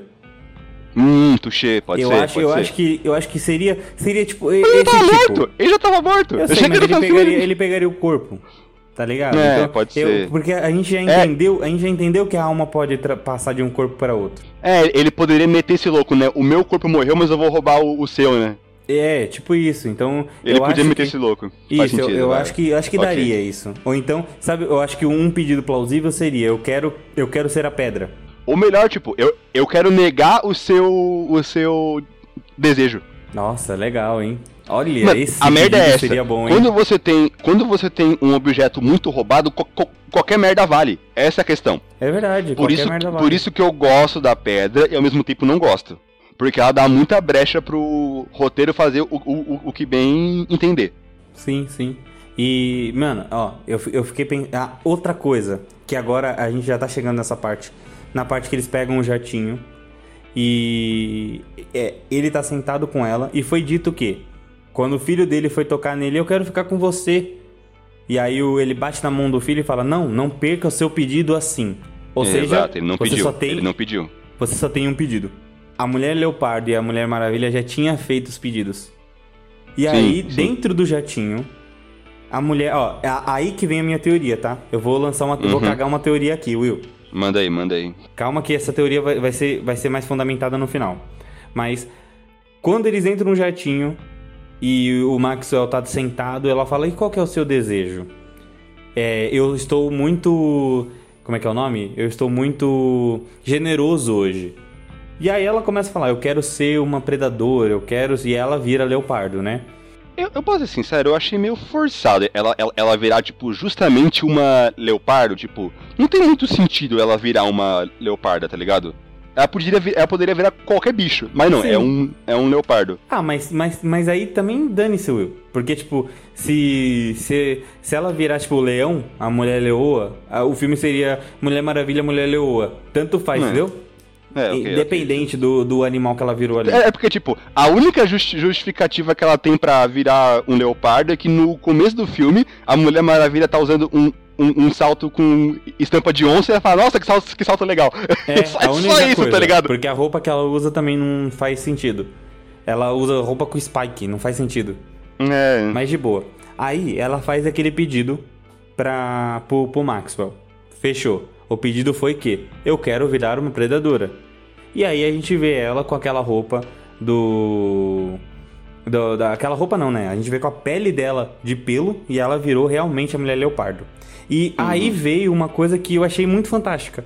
Hum, touché, pode eu ser, acho, pode eu ser. acho que eu acho que seria seria tipo Ele esse já tava tipo. morto, ele já tava morto. Eu sei, achei mas que ele tava pegaria, filme. ele pegaria o corpo. Tá ligado? É, pode eu- ser. Porque a gente já É. entendeu, a gente já entendeu que a alma pode tra- passar de um corpo para outro. É, ele poderia meter esse louco, né? O meu corpo morreu, mas eu vou roubar o, o seu, né? É, tipo isso. Então, Ele eu podia acho meter que... esse louco. Isso, Faz sentido, eu, eu vai. acho que acho que Ok. daria isso. Ou então, sabe, eu acho que um pedido plausível seria: eu quero, eu quero ser a pedra. Ou melhor, tipo, eu, eu quero negar o seu, o seu desejo. Nossa, legal, hein? Olha, Mano, esse a merda é pedido essa. seria bom, hein? Quando você tem, quando você tem um objeto muito roubado, co- co- qualquer merda vale. Essa é a questão. É verdade, Por qualquer isso, merda por vale. isso que eu gosto da pedra e ao mesmo tempo não gosto. Porque ela dá muita brecha pro roteiro fazer o, o, o, o que bem entender. Sim, sim. E, mano, ó, eu, fi- eu fiquei pensando... Ah, outra coisa, que agora a gente já tá chegando nessa parte. Na parte que eles pegam o jatinho e é, ele tá sentado com ela e foi dito que quando o filho dele foi tocar nele, eu quero ficar com você. E aí o, ele bate na mão do filho e fala, não, não perca o seu pedido assim. Ou seja, Exato, ele não você pediu. só tem... Ele não pediu. Você só tem um pedido. A Mulher Leopardo e a Mulher Maravilha já tinham feito os pedidos. E Sim, aí, sim. dentro do jatinho, a mulher... Ó, é aí que vem a minha teoria, tá? Eu vou lançar uma... Eu vou Uhum. cagar uma teoria aqui, Will. Manda aí, manda aí. Calma que essa teoria vai, vai, ser, vai ser mais fundamentada no final. Mas, quando eles entram no jatinho e o Maxwell tá sentado, ela fala, e qual que é o seu desejo? É, eu estou muito... Como é que é o nome? Eu estou muito generoso hoje. E aí ela começa a falar, eu quero ser uma predadora, eu quero... E ela vira leopardo, né? Eu, eu posso ser sincero, eu achei meio forçado ela, ela, ela virar, tipo, justamente uma leopardo, tipo... Não tem muito sentido ela virar uma leoparda, tá ligado? Ela poderia, vi- ela poderia virar qualquer bicho, mas não, Sim. é um, é um leopardo. Ah, mas, mas, mas aí também dane-se, Will. Porque, tipo, se, se, se ela virar, tipo, o leão, a mulher leoa, a- o filme seria Mulher Maravilha, Mulher Leoa. Tanto faz, É. entendeu? É, ok, ok. Independente do, do animal que ela virou ali. É, é porque, tipo, a única justi- justificativa que ela tem pra virar um leopardo é que no começo do filme, a Mulher Maravilha tá usando um, um, um salto com estampa de onça e ela fala, nossa, que salto, que salto legal. É, só, a única só isso, coisa, tá ligado? Porque a roupa que ela usa também não faz sentido. Ela usa roupa com spike, não faz sentido. É, Mas de boa. Aí ela faz aquele pedido pra, pro, pro Maxwell. Fechou. O pedido foi que eu quero virar uma predadora. E aí a gente vê ela com aquela roupa do... do da, aquela roupa não, né? A gente vê com a pele dela de pelo e ela virou realmente a Mulher Leopardo. E aí veio uma coisa que eu achei muito fantástica.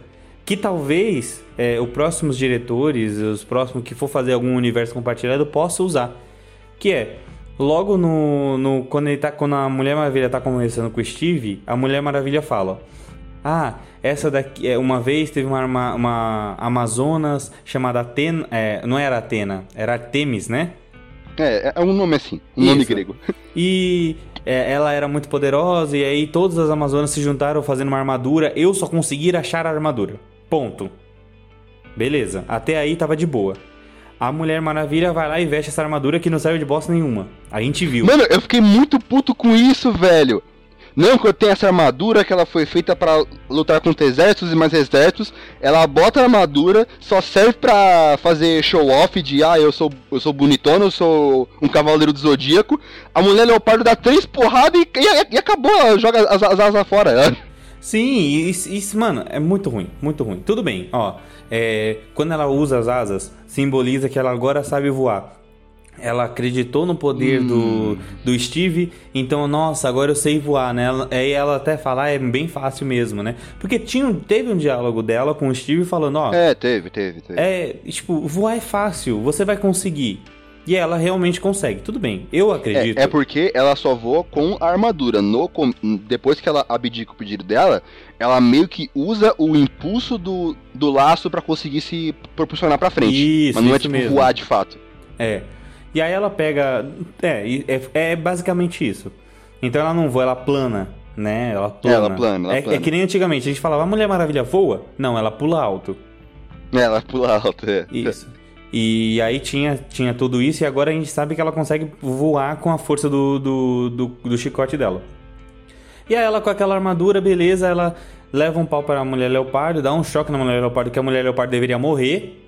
que talvez é, os próximos diretores, os próximos que for fazer algum universo compartilhado, possam usar. Que é, logo no, no quando, ele tá, quando a Mulher Maravilha tá conversando com o Steve, a Mulher Maravilha fala: ah, essa daqui, uma vez teve uma, uma, uma Amazonas chamada Atena, é, não era Atena, era Artemis, né? É, é um nome assim, um Isso. nome grego. E é, ela era muito poderosa, e aí todas as Amazonas se juntaram fazendo uma armadura, eu só consegui achar a armadura. Ponto. Beleza, até aí tava de boa. A Mulher Maravilha vai lá e veste essa armadura que não serve de bosta nenhuma. A gente viu. Mano, eu fiquei muito puto com isso, velho. Não, que eu tenho essa armadura que ela foi feita pra lutar contra exércitos e mais exércitos. Ela bota a armadura, só serve pra fazer show-off de ah, eu sou, eu sou bonitona, eu sou um cavaleiro do Zodíaco. A Mulher Leopardo dá três porradas e, e, e acabou, joga as, as asas fora. Sim, isso, isso, mano, é muito ruim, muito ruim. Tudo bem, ó, é, quando ela usa as asas, simboliza que ela agora sabe voar. Ela acreditou no poder hum. do, do Steve, então, nossa, agora eu sei voar, né? Aí ela até fala, é bem fácil mesmo, né? Porque tinha, teve um diálogo dela com o Steve falando, ó... É, teve, teve, teve. É, tipo, voar é fácil, você vai conseguir. E ela realmente consegue, tudo bem, eu acredito. É, é porque ela só voa com a armadura. No, com, depois que ela abdica o pedido dela, ela meio que usa o impulso do, do laço pra conseguir se propulsionar pra frente. Isso, mas não isso é tipo mesmo. voar de fato. É. E aí ela pega... É, é, é basicamente isso. Então ela não voa, ela plana, né? Ela plana. É, ela plana, ela é, plana. É que nem antigamente, a gente falava, a Mulher Maravilha voa? Não, ela pula alto. É, ela pula alto, é. Isso. E aí tinha, tinha tudo isso, e agora a gente sabe que ela consegue voar com a força do, do, do, do chicote dela. E aí ela com aquela armadura, beleza, ela leva um pau para a Mulher Leopardo, dá um choque na Mulher Leopardo, que a Mulher Leopardo deveria morrer,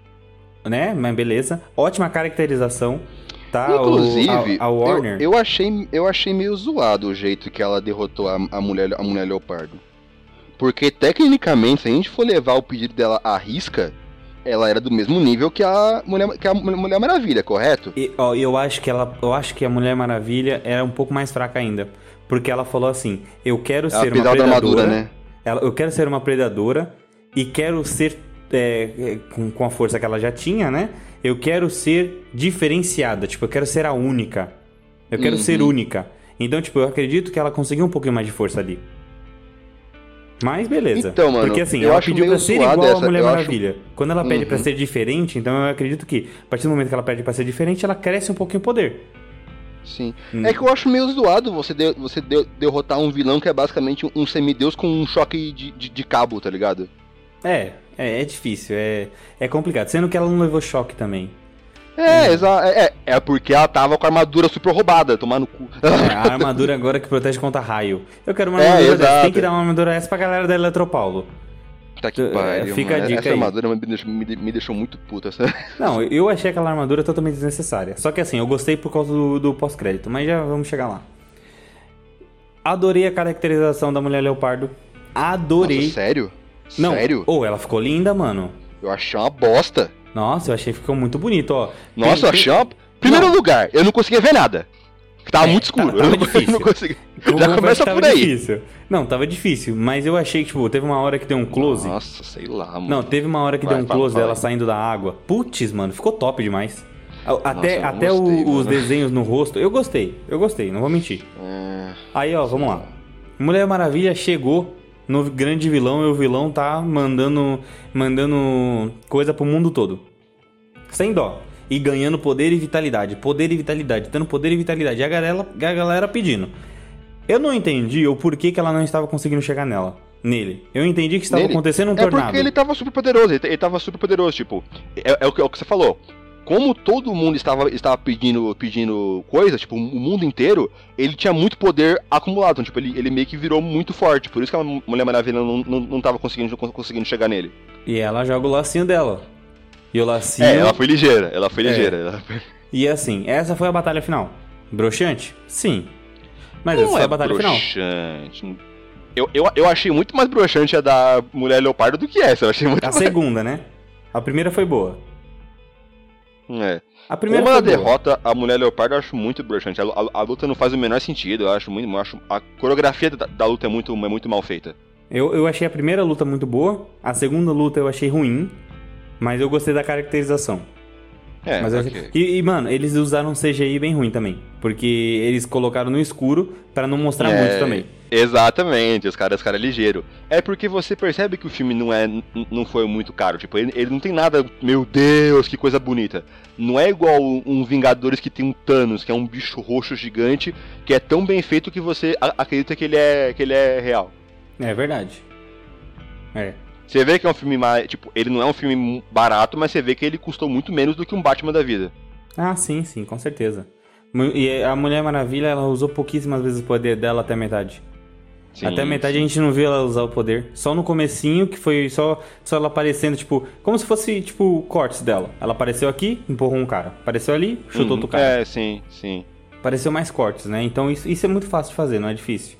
né? Mas beleza. Ótima caracterização, tá? Inclusive, o, a, a Warner. Eu, eu, achei, eu achei meio zoado o jeito que ela derrotou a, a, mulher, a Mulher Leopardo. Porque, tecnicamente, se a gente for levar o pedido dela à risca, ela era do mesmo nível que a Mulher, que a Mulher Maravilha, correto? E, ó, eu acho que ela, eu acho que a Mulher Maravilha era um pouco mais fraca ainda. Porque ela falou assim, eu quero ela ser uma predadora, armadura, né? ela, eu quero ser uma predadora e quero ser... É, com, com a força que ela já tinha, né? Eu quero ser diferenciada. Tipo, eu quero ser a única. Eu quero uhum. ser única. Então, tipo, eu acredito que ela conseguiu um pouquinho mais de força ali. Mas beleza. Então, mano, porque assim, eu ela acho pediu pra ser igual essa, a Mulher eu Maravilha. acho... Quando ela pede uhum. pra ser diferente, então eu acredito que a partir do momento que ela pede pra ser diferente, ela cresce um pouquinho o poder. Sim. Hum. É que eu acho meio zoado você, de, você de, derrotar um vilão que é basicamente um semideus com um choque de, de, de cabo, tá ligado? É, é, é difícil, é, é complicado. Sendo que ela não levou choque também. É, exato. É, é porque ela tava com a armadura super roubada, tomar no cu. É, a armadura agora que protege contra raio. Eu quero uma armadura é, dessa. Tem que dar uma armadura essa pra galera da Eletropaulo. Tá que pariu, Fica mano. a dica Essa aí. armadura me deixou, me, me deixou muito puta. Não, eu achei aquela armadura totalmente desnecessária. Só que assim, eu gostei por causa do, do pós-crédito, mas já vamos chegar lá. Adorei a caracterização da Mulher Leopardo. Adorei. Nossa, sério? Não, sério? Ou oh, ela ficou linda, mano. Eu achei uma bosta. Nossa, eu achei que ficou muito bonito, ó. Nossa, tem, eu achei uma... Primeiro não. lugar, eu não conseguia ver nada. Tava é, muito escuro. Tava, tava difícil. Eu não consegui... Como Já começa por aí. Difícil. Não, tava difícil, mas eu achei que, tipo, teve uma hora que deu um close. Nossa, sei lá, mano. Não, teve uma hora que vai, deu um close vai, dela vai. saindo da água. Putz, mano, ficou top demais. Até, Nossa, até gostei, o, os desenhos no rosto, eu gostei, eu gostei, não vou mentir. É... Aí, ó, vamos lá. Mulher Maravilha chegou no grande vilão e o vilão tá mandando, mandando coisa pro mundo todo. Sem dó. E ganhando poder e vitalidade. Poder e vitalidade. Dando poder e vitalidade. E a galera, a galera pedindo. Eu não entendi o porquê que ela não estava conseguindo chegar nela. Nele. Eu entendi que estava Nele? acontecendo um é tornado. É porque ele tava super poderoso. Ele, ele tava super poderoso, tipo... É, é, o, que, é o que você falou. Como todo mundo estava, estava pedindo, pedindo coisa, tipo, o mundo inteiro, ele tinha muito poder acumulado. Então, tipo, ele, ele meio que virou muito forte. Por isso que a Mulher Maravilha não, não, não tava conseguindo, conseguindo chegar nele. E ela joga o lacinho dela. E o lacinho... É, ela foi ligeira. Ela foi ligeira. É. Ela foi... E assim, essa foi a batalha final. Broxante? Sim. Mas não essa foi é a batalha broxante. final. Eu, eu, eu achei muito mais broxante a da Mulher Leopardo do que essa. Eu achei muito a mais... segunda, né? A primeira foi boa. É. A primeira Uma foi derrota, boa. A Mulher Leopardo eu acho muito broxante. A, a, a luta não faz o menor sentido. Eu acho muito. Eu acho, a coreografia da, da luta é muito, é muito mal feita. Eu, eu achei a primeira luta muito boa, a segunda luta eu achei ruim, mas eu gostei da caracterização. É, mas eu ok. achei... e, e, mano, eles usaram um C G I bem ruim também, porque eles colocaram no escuro pra não mostrar É, muito também. Exatamente, os caras, os caras ligeiro. É porque você percebe que o filme não, é, n- não foi muito caro. Tipo, ele, ele não tem nada, meu Deus, que coisa bonita. Não é igual um Vingadores que tem um Thanos, que é um bicho roxo gigante, que é tão bem feito que você a- acredita que ele é, que ele é real. É verdade. É. Você vê que é um filme mais. Tipo, ele não é um filme mu- barato, mas você vê que ele custou muito menos do que um Batman da vida. Ah, sim, sim, com certeza. Mu- E a Mulher Maravilha, ela usou pouquíssimas vezes o poder dela até a metade. Sim, Até a metade sim. a gente não viu ela usar o poder. Só no comecinho, que foi só, só ela aparecendo, tipo... Como se fosse, tipo, cortes dela. Ela apareceu aqui, empurrou um cara. Apareceu ali, chutou Uhum, outro cara. É, sim, sim. Apareceu mais cortes, né? Então isso, isso é muito fácil de fazer, não é difícil.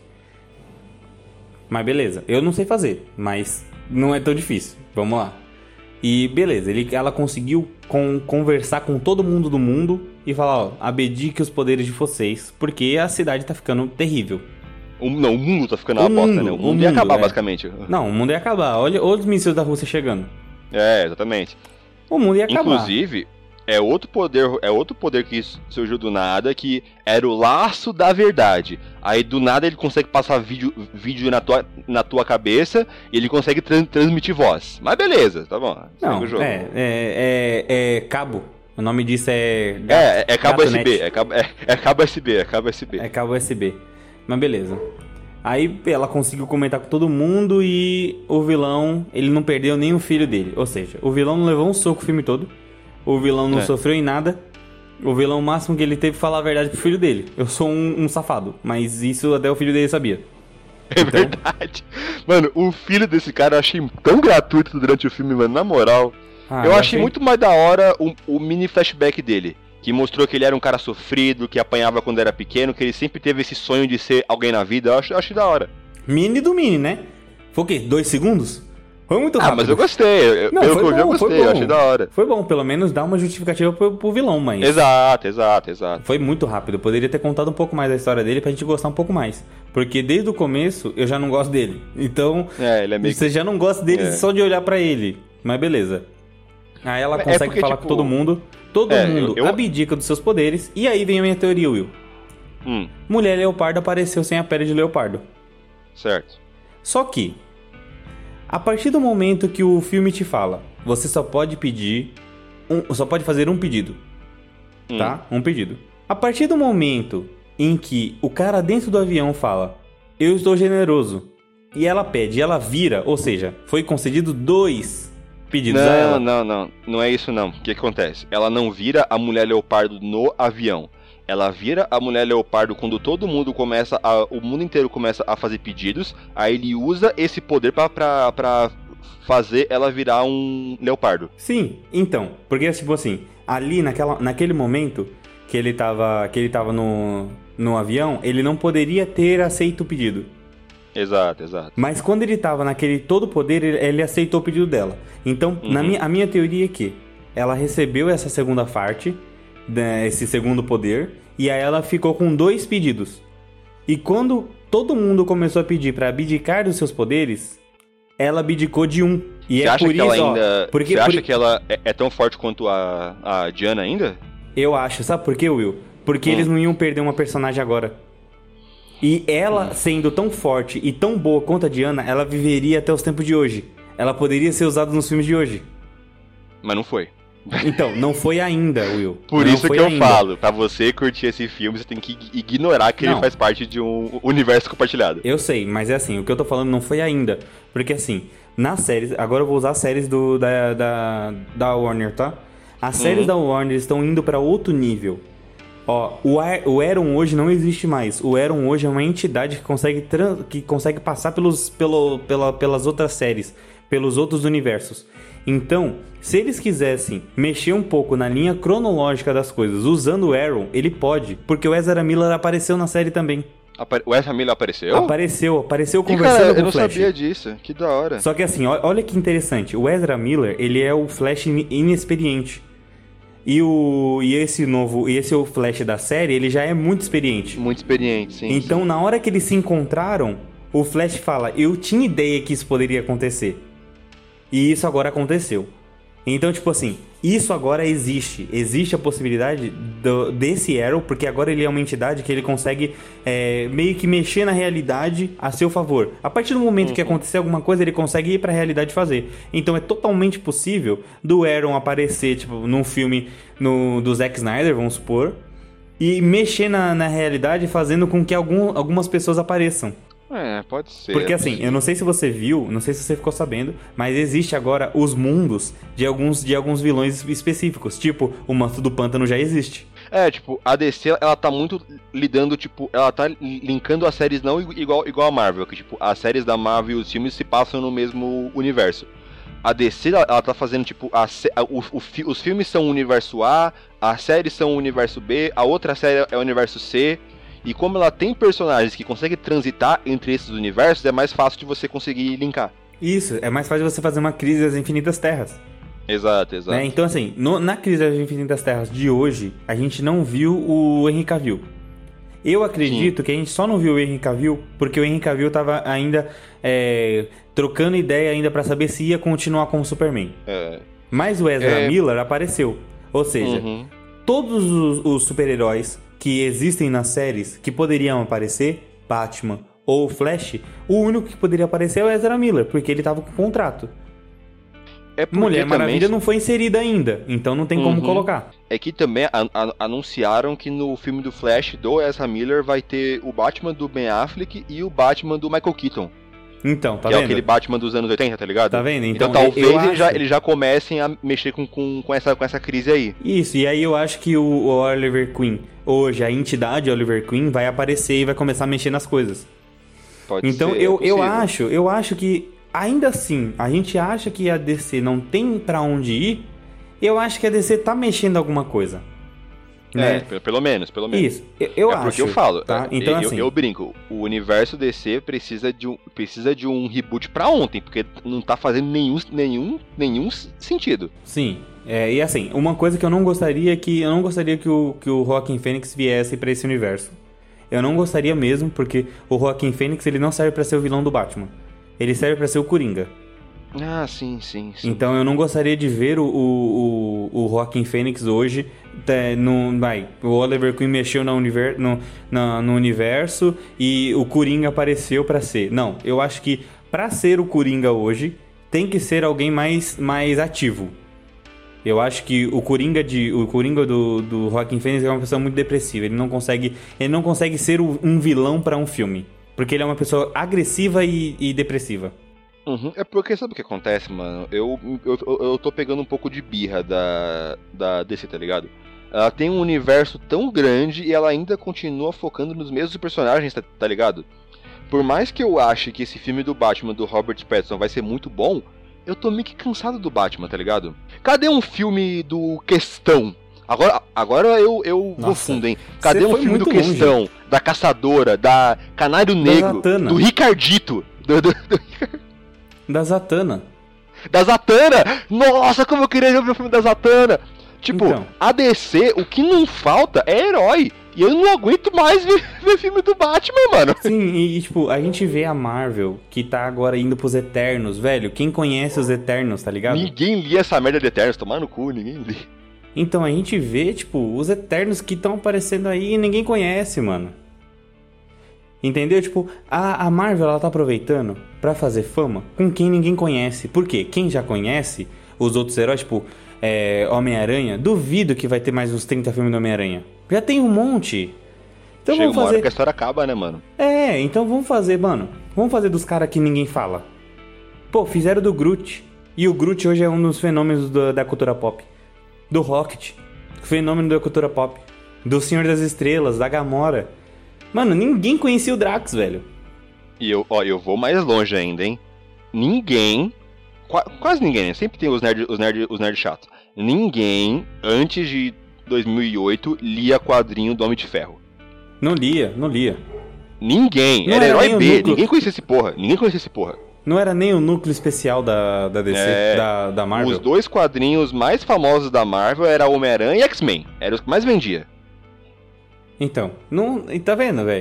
Mas beleza. Eu não sei fazer, mas não é tão difícil. Vamos lá. E beleza, ele, ela conseguiu com, conversar com todo mundo do mundo e falar, ó, abdique os poderes de vocês, porque a cidade tá ficando terrível. O, não, o mundo tá ficando O uma bosta, mundo, né? O o mundo ia mundo, acabar, é. basicamente. Não, o mundo ia acabar. Olha, olha os mísseis da Rússia chegando. É, exatamente. O mundo ia acabar. Inclusive, é outro poder, é outro poder que surgiu do nada, que era o laço da verdade. Aí do nada ele consegue passar vídeo, vídeo na, tua, na tua cabeça e ele consegue tran- transmitir voz. Mas beleza, tá bom. Não, segue o jogo. é, é, é, é cabo. O nome disso é... gato- É, é cabo U S B, gatonete. é cabo, é, é cabo U S B, é cabo U S B. É cabo U S B. Mas beleza. Aí ela conseguiu comentar com todo mundo e o vilão, ele não perdeu nem o filho dele. Ou seja, o vilão não levou um soco o filme todo. O vilão não É. sofreu em nada. O vilão, o máximo que ele teve foi falar a verdade pro filho dele. Eu sou um, um safado. Mas isso até o filho dele sabia. É Então- verdade. Mano, o filho desse cara eu achei tão gratuito durante o filme, mano, na moral. Ah, eu achei muito mais da hora o, o mini flashback dele. Que mostrou que ele era um cara sofrido, que apanhava quando era pequeno, que ele sempre teve esse sonho de ser alguém na vida. Eu acho, eu achei da hora. Mini do mini, né? Foi o quê? Dois segundos? Foi muito Ah, rápido. mas eu gostei. Eu, Não, pelo foi que eu vi, eu bom, foi gostei. Eu bom. achei da hora. Foi bom, pelo menos dá uma justificativa pro, pro vilão, mas... Exato, exato, exato. Foi muito rápido. Eu poderia ter contado um pouco mais da história dele pra gente gostar um pouco mais. Porque desde o começo eu já não gosto dele. Então, É, ele é meio que... você já não gosta dele É. só de olhar pra ele. Mas beleza. Aí ela É consegue porque, falar tipo, com todo mundo. Todo é, mundo eu- eu- abdica dos seus poderes. E aí vem a minha teoria, Will. Hum, Mulher leopardo apareceu sem a pele de leopardo. certo. Só que, a partir do momento que o filme te fala, você só pode pedir, um, só pode fazer um pedido, Hum. tá? Um pedido. A partir do momento em que o cara dentro do avião fala, eu estou generoso, e ela pede, e ela vira, ou seja, foi concedido dois pedidos a Não, ela. não, não. Não é isso não. O que, que acontece? Ela não vira a mulher leopardo no avião. Ela vira a mulher leopardo quando todo mundo começa a, o mundo inteiro começa a fazer pedidos. Aí ele usa esse poder pra, pra, pra fazer ela virar um leopardo. Sim, então, porque tipo assim, ali naquela, naquele momento que ele tava, que ele tava no, no avião, ele não poderia ter aceito o pedido. Exato, exato. Mas quando ele tava naquele todo poder, ele, ele aceitou o pedido dela. Então, na Uhum. minha, a minha teoria é que ela recebeu essa segunda parte, né, esse segundo poder, e aí ela ficou com dois pedidos. E quando todo mundo começou a pedir pra abdicar dos seus poderes, ela abdicou de um. E Você é acha por que isso, ela ó, ainda. porque Você acha por- que ela é, é tão forte quanto a, a Diana ainda? Eu acho, sabe por quê, Will? Porque Hum. eles não iam perder uma personagem agora. E ela, Hum. sendo tão forte e tão boa quanto a Diana, ela viveria até os tempos de hoje. Ela poderia ser usada nos filmes de hoje. Mas não foi. Então, não foi ainda, Will. Por Não isso foi que eu ainda. falo, pra você curtir esse filme, você tem que ignorar que Não. ele faz parte de um universo compartilhado. Eu sei, mas é assim, o que eu tô falando não foi ainda. Porque assim, nas séries, agora eu vou usar as séries do, da, da, da Warner, tá? As séries Uhum. da Warner estão indo pra outro nível. Ó, o, Ar- o Eron hoje não existe mais. O Eron hoje é uma entidade que consegue, tran- que consegue passar pelos, pelo, pela, pelas outras séries, pelos outros universos. Então, se eles quisessem mexer um pouco na linha cronológica das coisas, usando o Arrow, ele pode, porque o Ezra Miller apareceu na série também. Apare- O Ezra Miller apareceu? Apareceu, apareceu Ih, conversando cara, com eu o não Flash. sabia disso. Que da hora. Só que assim, ó- olha que interessante, o Ezra Miller, ele é o Flash in- inexperiente. E o e esse novo, e esse é o Flash da série, ele já é muito experiente. Muito experiente, sim. Então, na hora que eles se encontraram, o Flash fala, eu tinha ideia que isso poderia acontecer. E isso agora aconteceu. Então, tipo assim, isso agora existe. Existe a possibilidade do, desse Arrow, porque agora ele é uma entidade que ele consegue é, meio que mexer na realidade a seu favor. A partir do momento uhum. que acontecer alguma coisa, ele consegue ir pra realidade e fazer. Então é totalmente possível do Arrow aparecer, tipo, num filme no, do Zack Snyder, vamos supor, e mexer na, na realidade fazendo com que algum, algumas pessoas apareçam. É, pode ser. Porque assim, eu não sei se você viu, não sei se você ficou sabendo, mas existe agora os mundos de alguns, de alguns vilões específicos. Tipo, o Manto do Pântano já existe. É, tipo, a D C, ela tá muito lidando, tipo, ela tá linkando as séries não igual, igual a Marvel, que, tipo, as séries da Marvel e os filmes se passam no mesmo universo. A D C, ela, ela tá fazendo, tipo, a, a, o, o, os filmes são o universo A, as séries são o universo B, a outra série é o universo C. E como ela tem personagens que conseguem transitar entre esses universos, é mais fácil de você conseguir linkar. Isso, é mais fácil de você fazer uma Crise das Infinitas Terras. Exato, exato. Né? Então assim, no, na Crise das Infinitas Terras de hoje, a gente não viu o Henry Cavill. Eu acredito Sim. que a gente só não viu o Henry Cavill porque o Henry Cavill tava ainda é, trocando ideia ainda pra saber se ia continuar como Superman. É. Mas o Ezra é... Miller apareceu. Ou seja, uhum. todos os, os super-heróis que existem nas séries que poderiam aparecer, Batman ou Flash, o único que poderia aparecer é o Ezra Miller, porque ele tava com contrato. É Mulher Maravilha não foi inserida ainda, então não tem uhum. como colocar. É que também a, a, anunciaram que no filme do Flash do Ezra Miller vai ter o Batman do Ben Affleck e o Batman do Michael Keaton. Então, tá que vendo? é aquele Batman dos anos oitenta, tá ligado? Tá vendo? Então, então talvez eu eles acho... já, ele já comecem a mexer com, com, com, essa, com essa crise aí. Isso, e aí eu acho que o, o Oliver Queen, hoje a entidade Oliver Queen vai aparecer e vai começar a mexer nas coisas. Pode então ser, eu, é eu acho, eu acho que ainda assim, a gente acha que a D C não tem pra onde ir, eu acho que a D C tá mexendo alguma coisa. Né? É, pelo menos, pelo menos. Isso, eu, eu é acho. porque eu falo, tá? é, então, eu, assim... eu brinco, o universo D C precisa de um, precisa de um reboot pra ontem, porque não tá fazendo nenhum, nenhum, nenhum sentido. Sim, é, e assim, uma coisa que eu não gostaria é que eu não gostaria que o, que o Joaquin Phoenix viesse pra esse universo. Eu não gostaria mesmo, porque o Joaquin Phoenix ele não serve pra ser o vilão do Batman. Ele serve pra ser o Coringa. Ah, sim, sim, sim. Então eu não gostaria de ver o, o, o, o Joaquin Phoenix hoje. É, no, vai, o Oliver Queen mexeu na univer, no, na, no universo e o Coringa apareceu pra ser. Não, eu acho que pra ser o Coringa hoje tem que ser alguém mais, mais ativo. Eu acho que o Coringa, de, o Coringa do, do Joaquin Phoenix é uma pessoa muito depressiva. Ele não consegue, ele não consegue ser um vilão pra um filme. Porque ele é uma pessoa agressiva e, e depressiva. Uhum. É porque sabe o que acontece, mano? Eu, eu, eu tô pegando um pouco de birra da, da D C, tá ligado? Ela tem um universo tão grande e ela ainda continua focando nos mesmos personagens, tá, tá ligado? Por mais que eu ache que esse filme do Batman, do Robert Pattinson, vai ser muito bom, eu tô meio que cansado do Batman, tá ligado? Cadê um filme do Questão? Agora, agora eu, eu vou fundo, hein? Cadê um filme do Questão, longe. Da Caçadora, da Canário Negro, do Ricardito, do... do, do... Da Zatanna. Da Zatanna! Nossa, como eu queria ver o filme da Zatanna! Tipo, então. A D C, o que não falta é herói. E eu não aguento mais ver, ver filme do Batman, mano. Sim, e tipo, a gente vê a Marvel, que tá agora indo pros Eternos, velho. Quem conhece os Eternos, tá ligado? Ninguém lia essa merda de Eternos, tomar no cu, ninguém lia. Então a gente vê, tipo, os Eternos que estão aparecendo aí e ninguém conhece, mano. Entendeu? Tipo, a, a Marvel, ela tá aproveitando pra fazer fama com quem ninguém conhece. Por quê? Quem já conhece os outros heróis, tipo, é, Homem-Aranha, duvido que vai ter mais uns trinta filmes do Homem-Aranha. Já tem um monte. Então Chega vamos uma fazer... hora que a história acaba, né, mano? É, então vamos fazer, mano. Vamos fazer dos caras que ninguém fala. Pô, fizeram do Groot. E o Groot hoje é um dos fenômenos do, da cultura pop. Do Rocket. Fenômeno da cultura pop. Do Senhor das Estrelas, da Gamora. Mano, ninguém conhecia o Drax, velho. E eu, ó, eu vou mais longe ainda, hein? Ninguém, qu- quase ninguém, né? Sempre tem os nerd, os nerd, os nerd chatos. Ninguém, antes de dois mil e oito, lia quadrinho do Homem de Ferro. Não lia, não lia. Ninguém, não era, era herói B, núcleo... ninguém conhecia esse porra, ninguém conhecia esse porra. Não era nem o núcleo especial da, da D C, é, da, da Marvel. Os dois quadrinhos mais famosos da Marvel eram Homem-Aranha e X-Men, eram os que mais vendia. Então, não, tá vendo, velho?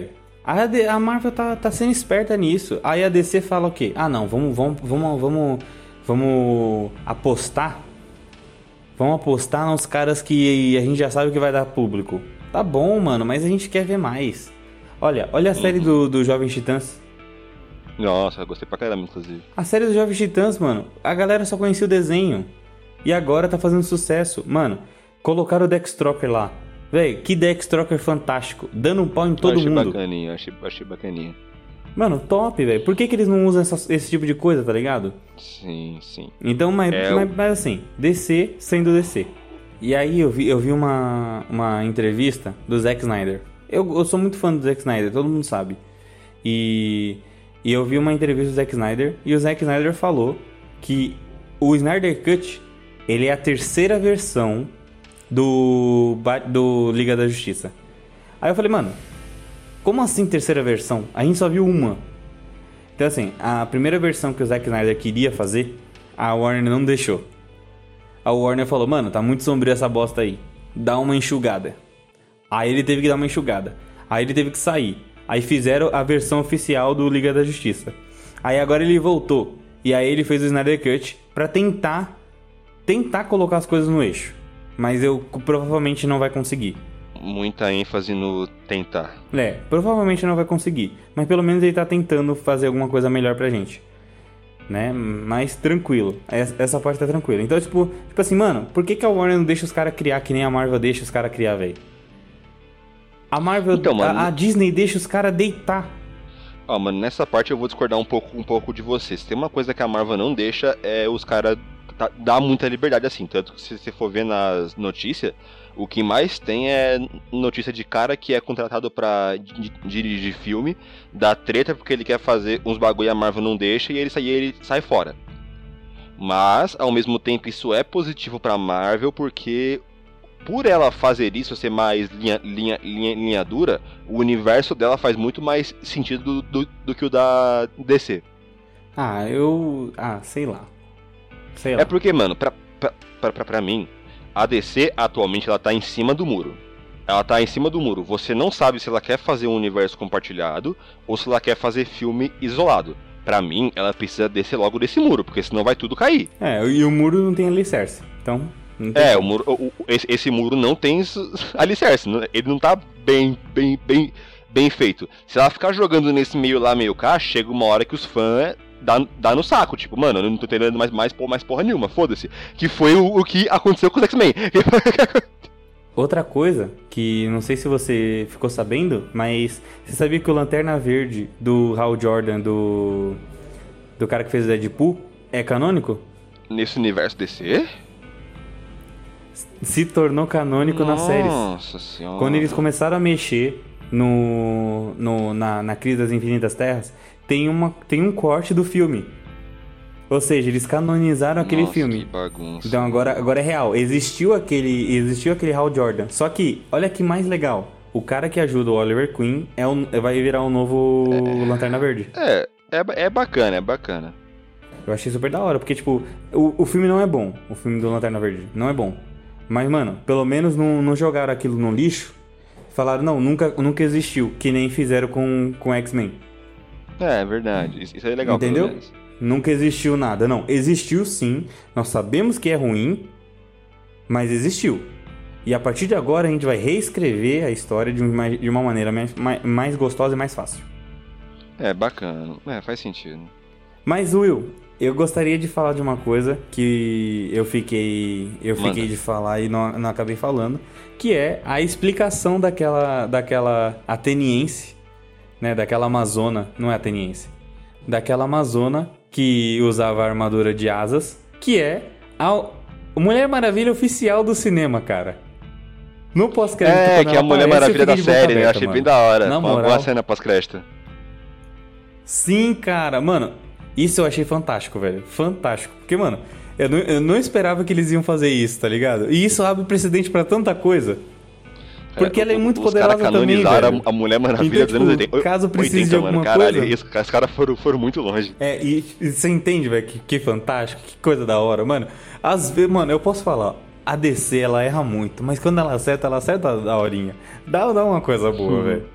A, D- a Marvel tá, tá sendo esperta nisso. Aí a D C fala o quê? Ah, não, vamos, vamos, vamos, vamos, vamos apostar. Vamos apostar nos caras que a gente já sabe que vai dar público. Tá bom, mano, mas a gente quer ver mais. Olha, olha a série do, do Jovens Titãs. Nossa, eu gostei pra caramba, inclusive. A série dos Jovens Titãs, mano, a galera só conhecia o desenho. E agora tá fazendo sucesso. Mano, colocaram o Deathstroker lá. Véi, que Deathstroker fantástico. Dando um pau em todo eu achei mundo. Bacaninha, achei, achei bacaninha. Mano, top, velho. Por que, que eles não usam essa, esse tipo de coisa, tá ligado? Sim, sim. Então, mas, É, mas, eu- mas assim, D C sendo D C. E aí eu vi, eu vi uma, uma entrevista do Zack Snyder. Eu, eu sou muito fã do Zack Snyder, todo mundo sabe. E, e eu vi uma entrevista do Zack Snyder e o Zack Snyder falou que o Snyder Cut, ele é a terceira versão do, Ba- do Liga da Justiça. Aí eu falei, mano, como assim terceira versão? A gente só viu uma. Então assim, a primeira versão que o Zack Snyder queria fazer, a Warner não deixou. A Warner falou, mano, tá muito sombrio essa bosta aí. Dá uma enxugada. Aí ele teve que dar uma enxugada. Aí ele teve que sair. Aí fizeram a versão oficial do Liga da Justiça. Aí agora ele voltou. E aí ele fez o Snyder Cut pra tentar... Tentar colocar as coisas no eixo. Mas eu provavelmente não vai conseguir. Muita ênfase no tentar. É, provavelmente não vai conseguir. Mas pelo menos ele tá tentando fazer alguma coisa melhor pra gente. Né? Mais tranquilo. Essa essa parte tá tranquila. Então, tipo, tipo assim, mano, por que, que a Warner não deixa os caras criar que nem a Marvel deixa os caras criar, velho? A Marvel, Então, mano, a, a Disney deixa os caras deitar. Ó, mano, nessa parte eu vou discordar um pouco, um pouco de você. Se tem uma coisa que a Marvel não deixa, é os caras tá, dar muita liberdade assim. Tanto que se você for ver nas notícias, o que mais tem é notícia de cara que é contratado pra di- dirigir filme, dá treta porque ele quer fazer uns bagulho e a Marvel não deixa e ele sai, ele sai fora. Mas, ao mesmo tempo, isso é positivo pra Marvel porque, por ela fazer isso, ser mais linha, linha, linha, linha dura, o universo dela faz muito mais sentido do, do, do que o da D C. Ah, eu... Ah, sei lá. Sei lá. É porque, mano, pra, pra, pra, pra, pra mim, a D C atualmente ela tá em cima do muro. Ela tá em cima do muro. Você não sabe se ela quer fazer um universo compartilhado ou se ela quer fazer filme isolado. Pra mim, ela precisa descer logo desse muro, porque senão vai tudo cair. É, e o muro não tem alicerce. Então... Não tem É, como. o muro, o- o- esse, esse muro não tem s- alicerce, não- ele não tá bem, bem, bem, bem feito. Se ela ficar jogando nesse meio lá, meio cá, chega uma hora que os fãs dá, dá no saco, tipo, mano, eu não tô entendendo mais, mais, por- mais porra nenhuma, foda-se. Que foi o, o que aconteceu com os X-Men. Outra coisa, que não sei se você ficou sabendo, mas você sabia que o Lanterna Verde do Hal Jordan, do, do cara que fez o Deadpool, é canônico? Nesse universo D C? Se tornou canônico nas séries. Nossa senhora. Quando eles começaram a mexer no, no, na, na Crise das Infinitas Terras, tem, uma, tem um corte do filme. Ou seja, eles canonizaram aquele Nossa, filme. que bagunça. Então agora, agora é real. Existiu aquele, existiu aquele Hal Jordan. Só que, olha que mais legal. O cara que ajuda o Oliver Queen é o, vai virar o novo Lanterna Verde. É, é, é bacana, é bacana. Eu achei super da hora, porque, tipo, o, o filme não é bom. O filme do Lanterna Verde não é bom. Mas, mano, pelo menos não, não jogaram aquilo no lixo. Falaram, não, nunca, nunca existiu. Que nem fizeram com, com X-Men. É, é verdade. Isso isso é legal, Entendeu? pelo menos. Nunca existiu nada. Não, existiu sim. Nós sabemos que é ruim, mas existiu. E a partir de agora a gente vai reescrever a história de uma, de uma maneira mais, mais, mais gostosa e mais fácil. É, bacana. É, faz sentido. Mas, Will, eu gostaria de falar de uma coisa que eu fiquei, eu Manda. fiquei de falar e não, não acabei falando, que é a explicação daquela, daquela ateniense, né, daquela amazona, não é ateniense, daquela amazona que usava a armadura de asas, que é a Mulher Maravilha oficial do cinema, cara. No pós-crédito, É, quando que é ela a Mulher aparece, eu Maravilha da fiquei de boca série, né? Eu aberta, achei mano. bem da hora. Na Uma moral. boa cena pós-crédito. Sim, cara, mano, isso eu achei fantástico, velho. Fantástico. Porque, mano, eu não, eu não esperava que eles iam fazer isso, tá ligado? E isso abre precedente pra tanta coisa. Porque ela é muito os poderosa cara também, canonizaram velho. a Mulher Maravilha Então, dos anos tipo, oitenta. caso precise oitenta, de mano, alguma caralho, coisa- isso, os caras foram, foram muito longe. É, e, e você entende, velho, que, que fantástico, que coisa da hora, mano. Às vezes, mano, eu posso falar, a D C, ela erra muito, mas quando ela acerta, ela acerta da horinha. Dá, dá uma coisa boa, velho.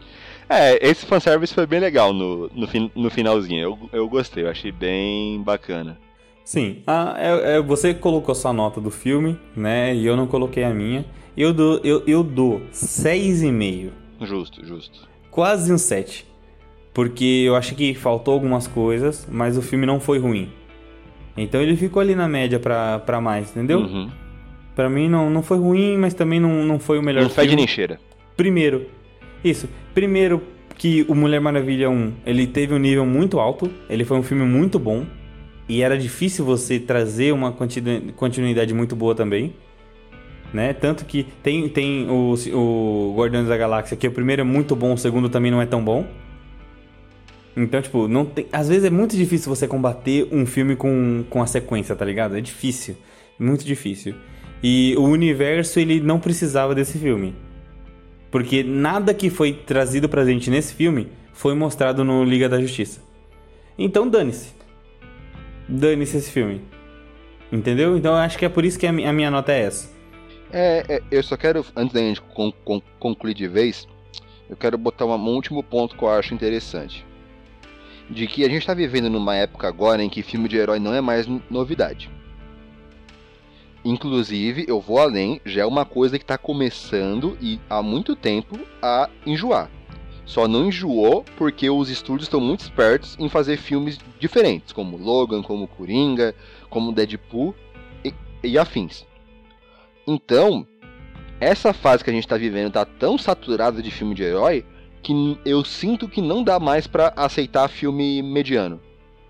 É, esse fanservice foi bem legal no, no, fin, no finalzinho. Eu, eu gostei, eu achei bem bacana. Sim, ah, é, é, você colocou sua nota do filme, né? E eu não coloquei a minha. Eu dou, eu, eu dou seis e meio. Justo, justo. Quase um sete. Porque eu acho que faltou algumas coisas, mas o filme não foi ruim. Então ele ficou ali na média pra, pra mais, entendeu? Uhum. Pra mim não, não foi ruim, mas também não, não foi o melhor não filme. Não fede nem cheira. Primeiro, isso. Primeiro que o Mulher Maravilha um, ele teve um nível muito alto. Ele foi um filme muito bom. E era difícil você trazer uma continuidade muito boa também. Né? Tanto que tem, tem o, o Guardiões da Galáxia, que o primeiro é muito bom, o segundo também não é tão bom. Então, tipo, não tem, às vezes é muito difícil você combater um filme com, com a sequência, tá ligado? É difícil, muito difícil. E o universo, ele não precisava desse filme. Porque nada que foi trazido pra gente nesse filme foi mostrado no Liga da Justiça. Então, dane-se. Dane-se esse filme. Entendeu? Então, eu acho que é por isso que a minha, a minha nota é essa. É, é, eu só quero, antes da gente con- con- concluir de vez, eu quero botar uma, um último ponto que eu acho interessante. De que a gente tá vivendo numa época agora em que filme de herói não é mais novidade. Inclusive, eu vou além, já é uma coisa que tá começando e há muito tempo a enjoar. Só não enjoou porque os estúdios estão muito espertos em fazer filmes diferentes, como Logan, como Coringa, como Deadpool e, e afins. Então, essa fase que a gente tá vivendo tá tão saturada de filme de herói que eu sinto que não dá mais pra aceitar filme mediano.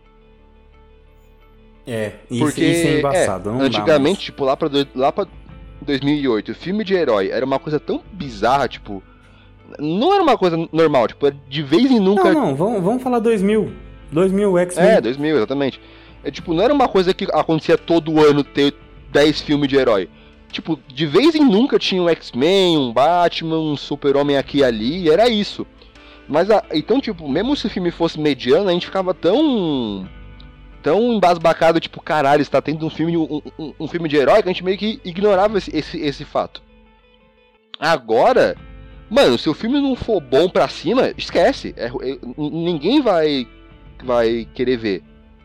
É, isso, porque, isso é embaçado. É, não antigamente, dá tipo, lá pra, do, lá pra dois mil e oito, filme de herói era uma coisa tão bizarra, tipo... Não era uma coisa normal, tipo, de vez em nunca... Não, não, vamos, vamos falar dois mil. dois mil, X-Men. É, dois mil, exatamente. É, tipo, não era uma coisa que acontecia todo ano ter dez filmes de herói. Tipo, de vez em nunca tinha um X-Men, um Batman, um Super-Homem aqui e ali, e era isso. Mas, a, então, tipo, mesmo se o filme fosse mediano, a gente ficava tão... tão embasbacado, tipo, caralho, está tendo um filme, um, um, um filme de herói, que a gente meio que ignorava esse, esse, esse fato. Agora... Mano, se o filme não for bom pra cima, esquece. É, é, ninguém vai, vai querer ver.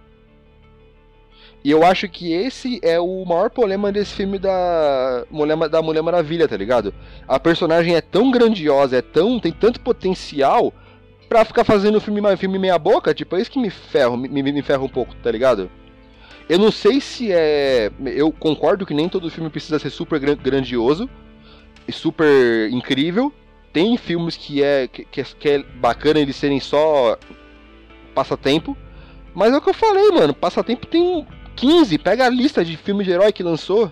E eu acho que esse é o maior problema desse filme da Mulher, da Mulher Maravilha, tá ligado? A personagem é tão grandiosa, é tão, tem tanto potencial pra ficar fazendo filme, filme meia boca. Tipo, é isso que me ferra, me, me, me ferra um pouco, tá ligado? Eu não sei se é... Eu concordo que nem todo filme precisa ser super grandioso e super incrível. Tem filmes que é, que, que é bacana eles serem só passatempo. Mas é o que eu falei, mano. Passatempo tem quinze. Pega a lista de filmes de herói que lançou.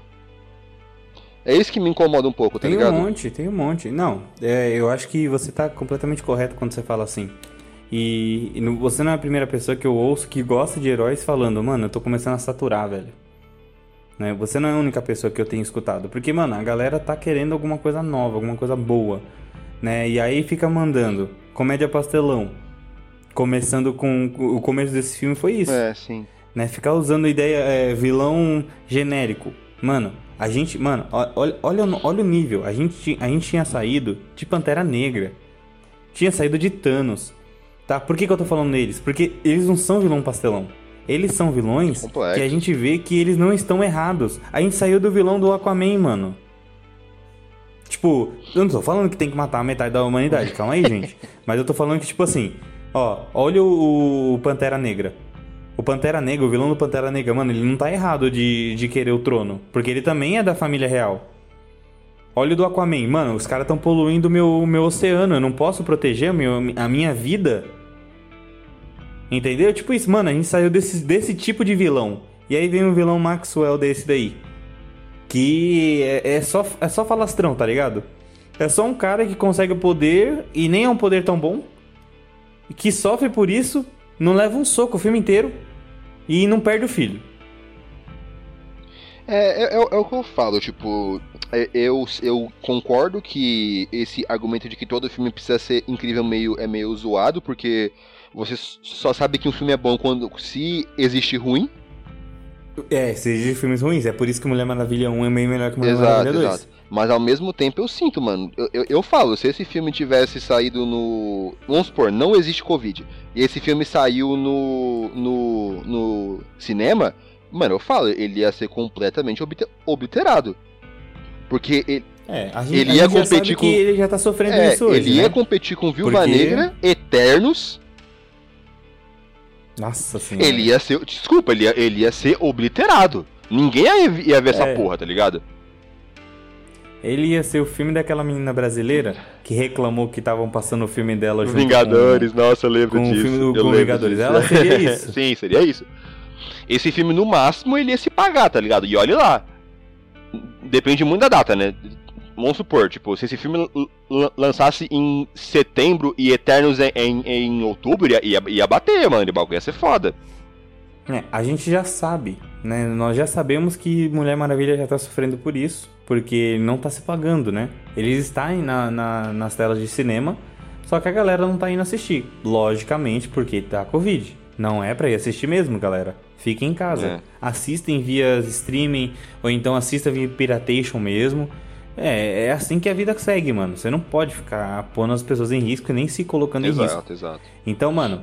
É isso que me incomoda um pouco, tá tem ligado? Tem um monte, tem um monte. Não, é, eu acho que você tá completamente correto quando você fala assim. E, e você não é a primeira pessoa que eu ouço que gosta de heróis falando, mano, eu tô começando a saturar, velho. Né? Você não é a única pessoa que eu tenho escutado. Porque, mano, a galera tá querendo alguma coisa nova, alguma coisa boa. Né? E aí fica mandando comédia pastelão. Começando com... O começo desse filme foi isso. É, sim. Né? Ficar usando ideia... É, vilão genérico. Mano, a gente... Mano, olha, olha, olha o nível. A gente, a gente tinha saído de Pantera Negra. Tinha saído de Thanos. Tá? Por que que eu tô falando deles? Porque eles não são vilão pastelão. Eles são vilões Complexo. Que a gente vê que eles não estão errados. A gente saiu do vilão do Aquaman, mano. Tipo, eu não tô falando que tem que matar a metade da humanidade, calma aí, gente. Mas eu tô falando que, tipo assim, ó, olha o, o Pantera Negra. O Pantera Negra, o vilão do Pantera Negra, mano, ele não tá errado de, de querer o trono. Porque ele também é da família real. Olha o do Aquaman, mano, os caras tão poluindo o meu, meu oceano, eu não posso proteger a, meu, a minha vida. Entendeu? Tipo isso, mano, a gente saiu desse, desse tipo de vilão. E aí vem um vilão Maxwell desse daí. Que é, é, só, é só falastrão, tá ligado? É só um cara que consegue o poder e nem é um poder tão bom. Que sofre por isso, não leva um soco o filme inteiro e não perde o filho. É, é, é o que eu falo, tipo... É, eu, eu concordo que esse argumento de que todo filme precisa ser incrível meio, é meio zoado, porque você só sabe que um filme é bom quando se existe ruim. É, seja de filmes ruins. É por isso que Mulher Maravilha um é meio melhor que Mulher Exato, Maravilha dois. exato. Mas ao mesmo tempo eu sinto, mano. Eu, eu, eu falo, se esse filme tivesse saído no. Vamos supor, não existe Covid. E esse filme saiu no. no. no cinema, mano, eu falo, ele ia ser completamente obte- obliterado. Porque ele. É, a gente, Ele a ia gente já competir sabe com- que ele já tá sofrendo É, isso hoje, ele né? ia competir com Viúva Porque- Negra, Eternos. Nossa senhora. Ele ia ser. Desculpa, ele ia, ele ia ser obliterado. Ninguém ia, ia ver essa É. porra, tá ligado? Ele ia ser o filme daquela menina brasileira que reclamou que estavam passando o filme dela junto Vingadores, nossa, eu lembro com, com disso. o filme do eu com lembro Vingadores. disso. Ela seria isso. Sim, seria isso. Esse filme, no máximo, ele ia se pagar, tá ligado? E olha lá. Depende muito da data, né? Vamos supor, tipo, se esse filme l- l- lançasse em setembro e Eternos em, em, em outubro, ia, ia, ia bater, mano. O bagulho ia ser foda. É, a gente já sabe, né? Nós já sabemos que Mulher Maravilha já tá sofrendo por isso, porque não tá se pagando, né? Eles estão na, na, nas telas de cinema, só que a galera não tá indo assistir. Logicamente, porque tá Covid. Não é pra ir assistir mesmo, galera. Fiquem em casa. É. Assistem via streaming, ou então assista via piratation mesmo. É, é assim que a vida segue, mano. Você não pode ficar pondo as pessoas em risco e nem se colocando em risco. Exato, exato. Então, mano,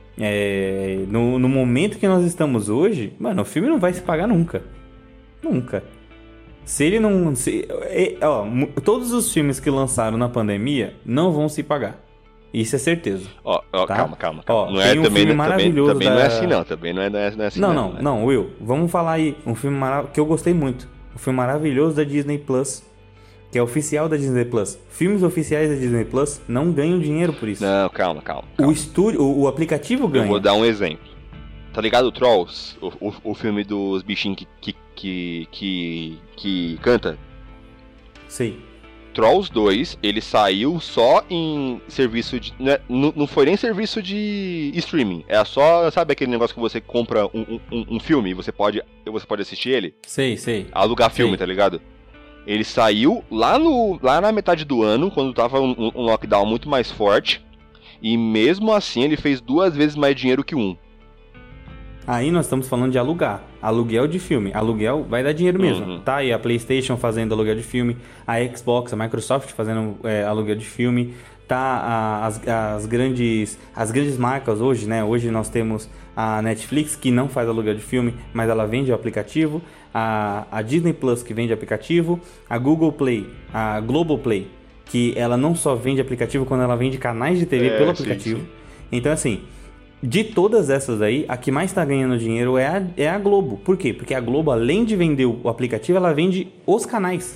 é, no, no momento que nós estamos hoje, mano, o filme não vai se pagar nunca. Nunca. Se ele não... Se, é, ó, mu- todos os filmes que lançaram na pandemia não vão se pagar. Isso é certeza. Ó, ó, Tá? calma, calma, Ó, calma. não tem é um também, filme também, maravilhoso também não é da- assim não, também não é, não é, não é assim Não, não. não, né? não, Will. Vamos falar aí. Um filme mara- que eu gostei muito. Um filme maravilhoso da Disney Plus. Que é oficial da Disney Plus. Filmes oficiais da Disney Plus não ganham dinheiro por isso. Não, calma, calma. O calma. estúdio, o, o aplicativo Eu ganha. vou dar um exemplo. Tá ligado o Trolls? O, o, o filme dos bichinhos que, que, que, que, que canta? Sei. Trolls dois, ele saiu só em serviço de... Né, não, não foi nem serviço de streaming. É só, sabe aquele negócio que você compra um, um, um filme e você pode, você pode assistir ele? Sei, sei. Alugar filme, Sei. tá ligado? Ele saiu lá, no, lá na metade do ano, quando tava um, um lockdown muito mais forte. E mesmo assim ele fez duas vezes mais dinheiro que um. Aí nós estamos falando de alugar. Aluguel de filme. Aluguel vai dar dinheiro mesmo. Uhum. Tá aí a PlayStation fazendo aluguel de filme. A Xbox, a Microsoft fazendo é, aluguel de filme. Tá a- as, as, grandes, as grandes marcas hoje, né? Hoje nós temos a Netflix, que não faz aluguel de filme, mas ela vende o aplicativo. A, a Disney Plus, que vende aplicativo. A Google Play, a Global Play, que ela não só vende aplicativo, quando ela vende canais de T V É, pelo sim, aplicativo. sim. Então, assim, de todas essas aí, a que mais tá ganhando dinheiro é a, é a Globo. Por quê? Porque a Globo, além de vender o aplicativo, ela vende os canais.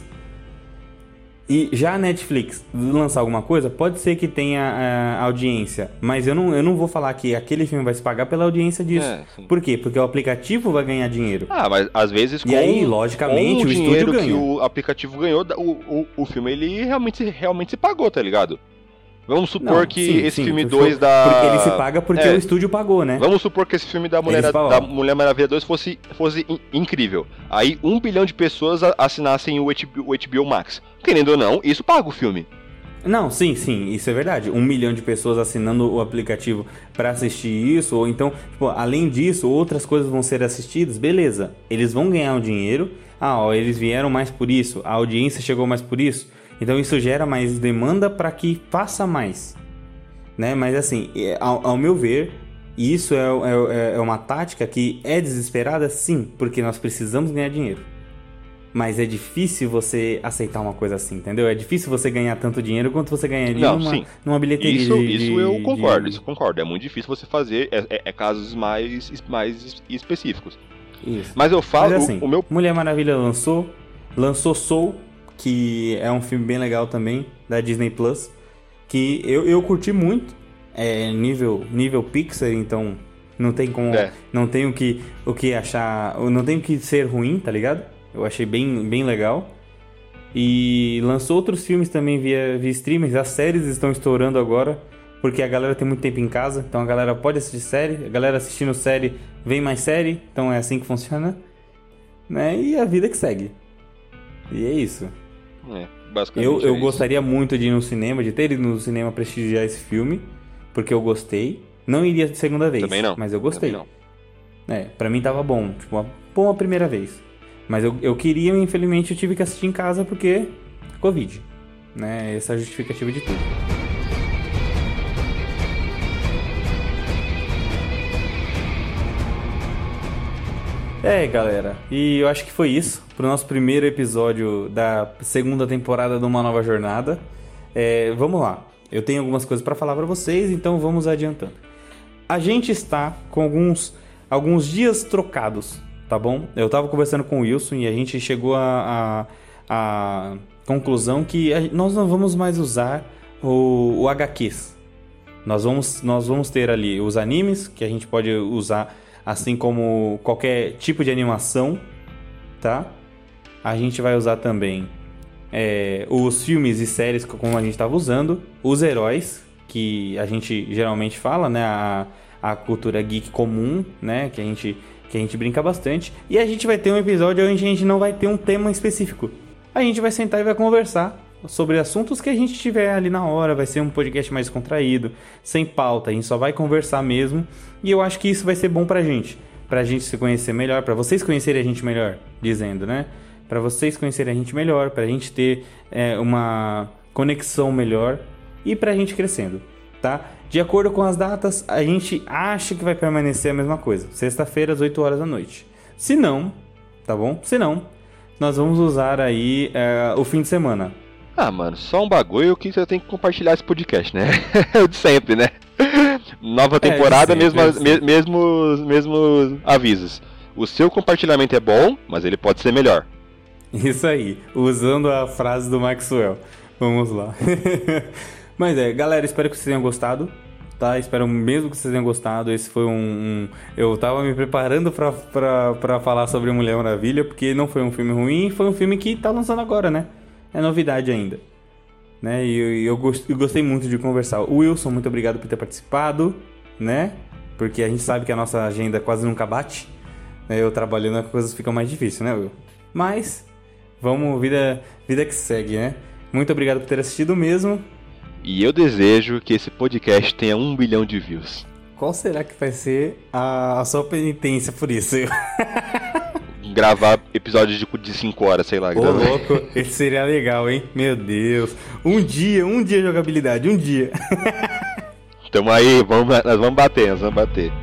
E já a Netflix lançar alguma coisa, pode ser que tenha ah, audiência, mas eu não, eu não vou falar que aquele filme vai se pagar pela audiência disso. É, sim. Por quê? Porque o aplicativo vai ganhar dinheiro. Ah, mas às vezes com, E aí, logicamente, com o o estúdio dinheiro ganha. que o aplicativo ganhou, o, o, o filme ele realmente, se- realmente se pagou, tá ligado? Vamos supor Não, que sim, esse sim, filme porque- dois da... Porque ele se paga porque É. o estúdio pagou, né? Vamos supor que esse filme da Mulher, Eles pagam. da Mulher Maravilha dois fosse, fosse in- incrível. Aí um bilhão de pessoas a- assinassem o H B O, o H B O Max. Querendo ou não, isso paga o filme. Não, sim, sim, isso é verdade. Um milhão de pessoas assinando o aplicativo pra assistir isso, ou então, tipo, além disso, outras coisas vão ser assistidas, beleza. Eles vão ganhar um dinheiro. Ah, ó, eles vieram mais por isso, a audiência chegou mais por isso. Então isso gera mais demanda para que faça mais, né? Mas assim, é, ao, ao meu ver, isso é, é, é uma tática que é desesperada, sim, porque nós precisamos ganhar dinheiro. Mas é difícil você aceitar uma coisa assim, entendeu? É difícil você ganhar tanto dinheiro quanto você ganharia Não, numa, sim. numa bilheteria. Isso, de, isso de- eu concordo, de- isso eu concordo. É muito difícil você fazer, é, é- é casos mais, mais específicos. Isso. Mas eu falo, Mas assim, o, o meu... Mulher Maravilha lançou, lançou Soul, que é um filme bem legal também, da Disney Plus, que eu, eu curti muito, é nível, nível Pixar, então não tem como, É. não tem o que, o que achar, não tem o que ser ruim, tá ligado? Eu achei bem, bem legal. E lançou outros filmes também via, via streamers, as séries estão estourando agora, porque a galera tem muito tempo em casa, então a galera pode assistir série, a galera assistindo série vem mais série, então é assim que funciona, né? E a vida que segue. E é isso. É, basicamente Eu, é eu isso. gostaria muito de ir no cinema, de ter ido no cinema prestigiar esse filme, porque eu gostei. Não iria de segunda vez, Também não. mas eu gostei. Também não. É, pra mim tava bom, tipo, uma boa primeira vez. Mas eu, eu queria, infelizmente, eu tive que assistir em casa porque Covid, né? Essa é a justificativa de tudo. É, galera, e eu acho que foi isso pro nosso primeiro episódio da segunda temporada de Uma Nova Jornada. É, vamos lá, eu tenho algumas coisas pra falar pra vocês, então vamos adiantando. A gente está com alguns, alguns dias trocados, tá bom? Eu tava conversando com o Wilson e a gente chegou a, a, a conclusão que a, nós não vamos mais usar o, o H Qs. Nós vamos, nós vamos ter ali os animes, que a gente pode usar assim como qualquer tipo de animação, tá? A gente vai usar também é, os filmes e séries como a gente estava usando, os heróis, que a gente geralmente fala, né? A, a cultura geek comum, né? Que a, gente, que a gente brinca bastante. E a gente vai ter um episódio onde a gente não vai ter um tema específico. A gente vai sentar e vai conversar sobre assuntos que a gente tiver ali na hora. Vai ser um podcast mais contraído, sem pauta. A gente só vai conversar mesmo. E eu acho que isso vai ser bom pra gente. Pra gente se conhecer melhor, pra vocês conhecerem a gente melhor, dizendo, né? Pra vocês conhecerem a gente melhor, pra gente ter é, uma conexão melhor e pra gente crescendo, tá? De acordo com as datas, a gente acha que vai permanecer a mesma coisa. Sexta-feira, às oito horas da noite. Se não, tá bom? Se não, nós vamos usar aí é, o fim de semana. Ah, mano, só um bagulho que você tem que compartilhar esse podcast, né? De sempre, né? Nova temporada, é, sempre, mesmo, me, mesmos, mesmos avisos. O seu compartilhamento é bom, mas ele pode ser melhor. Isso aí, usando a frase do Maxwell. Vamos lá. Mas é, galera, espero que vocês tenham gostado, tá? Espero mesmo que vocês tenham gostado. Esse foi um... um... Eu tava me preparando pra, pra, pra falar sobre Mulher Maravilha, porque não foi um filme ruim, foi um filme que tá lançando agora, né? É novidade ainda. Né? E eu, eu, gost, eu gostei muito de conversar. O Wilson, muito obrigado por ter participado, né? Porque a gente sabe que a nossa agenda quase nunca bate. Né? Eu trabalhando, as coisas ficam mais difíceis, né, Will? Mas, vamos, vida, vida que segue, né? Muito obrigado por ter assistido mesmo. E eu desejo que esse podcast tenha um bilhão de views. Qual será que vai ser a, a sua penitência por isso? Gravar episódios de cinco horas, sei lá. Ô, louco, esse seria legal, hein? Meu Deus. Um dia, um dia de jogabilidade, um dia. Tamo aí, vamos, nós vamos bater, nós vamos bater.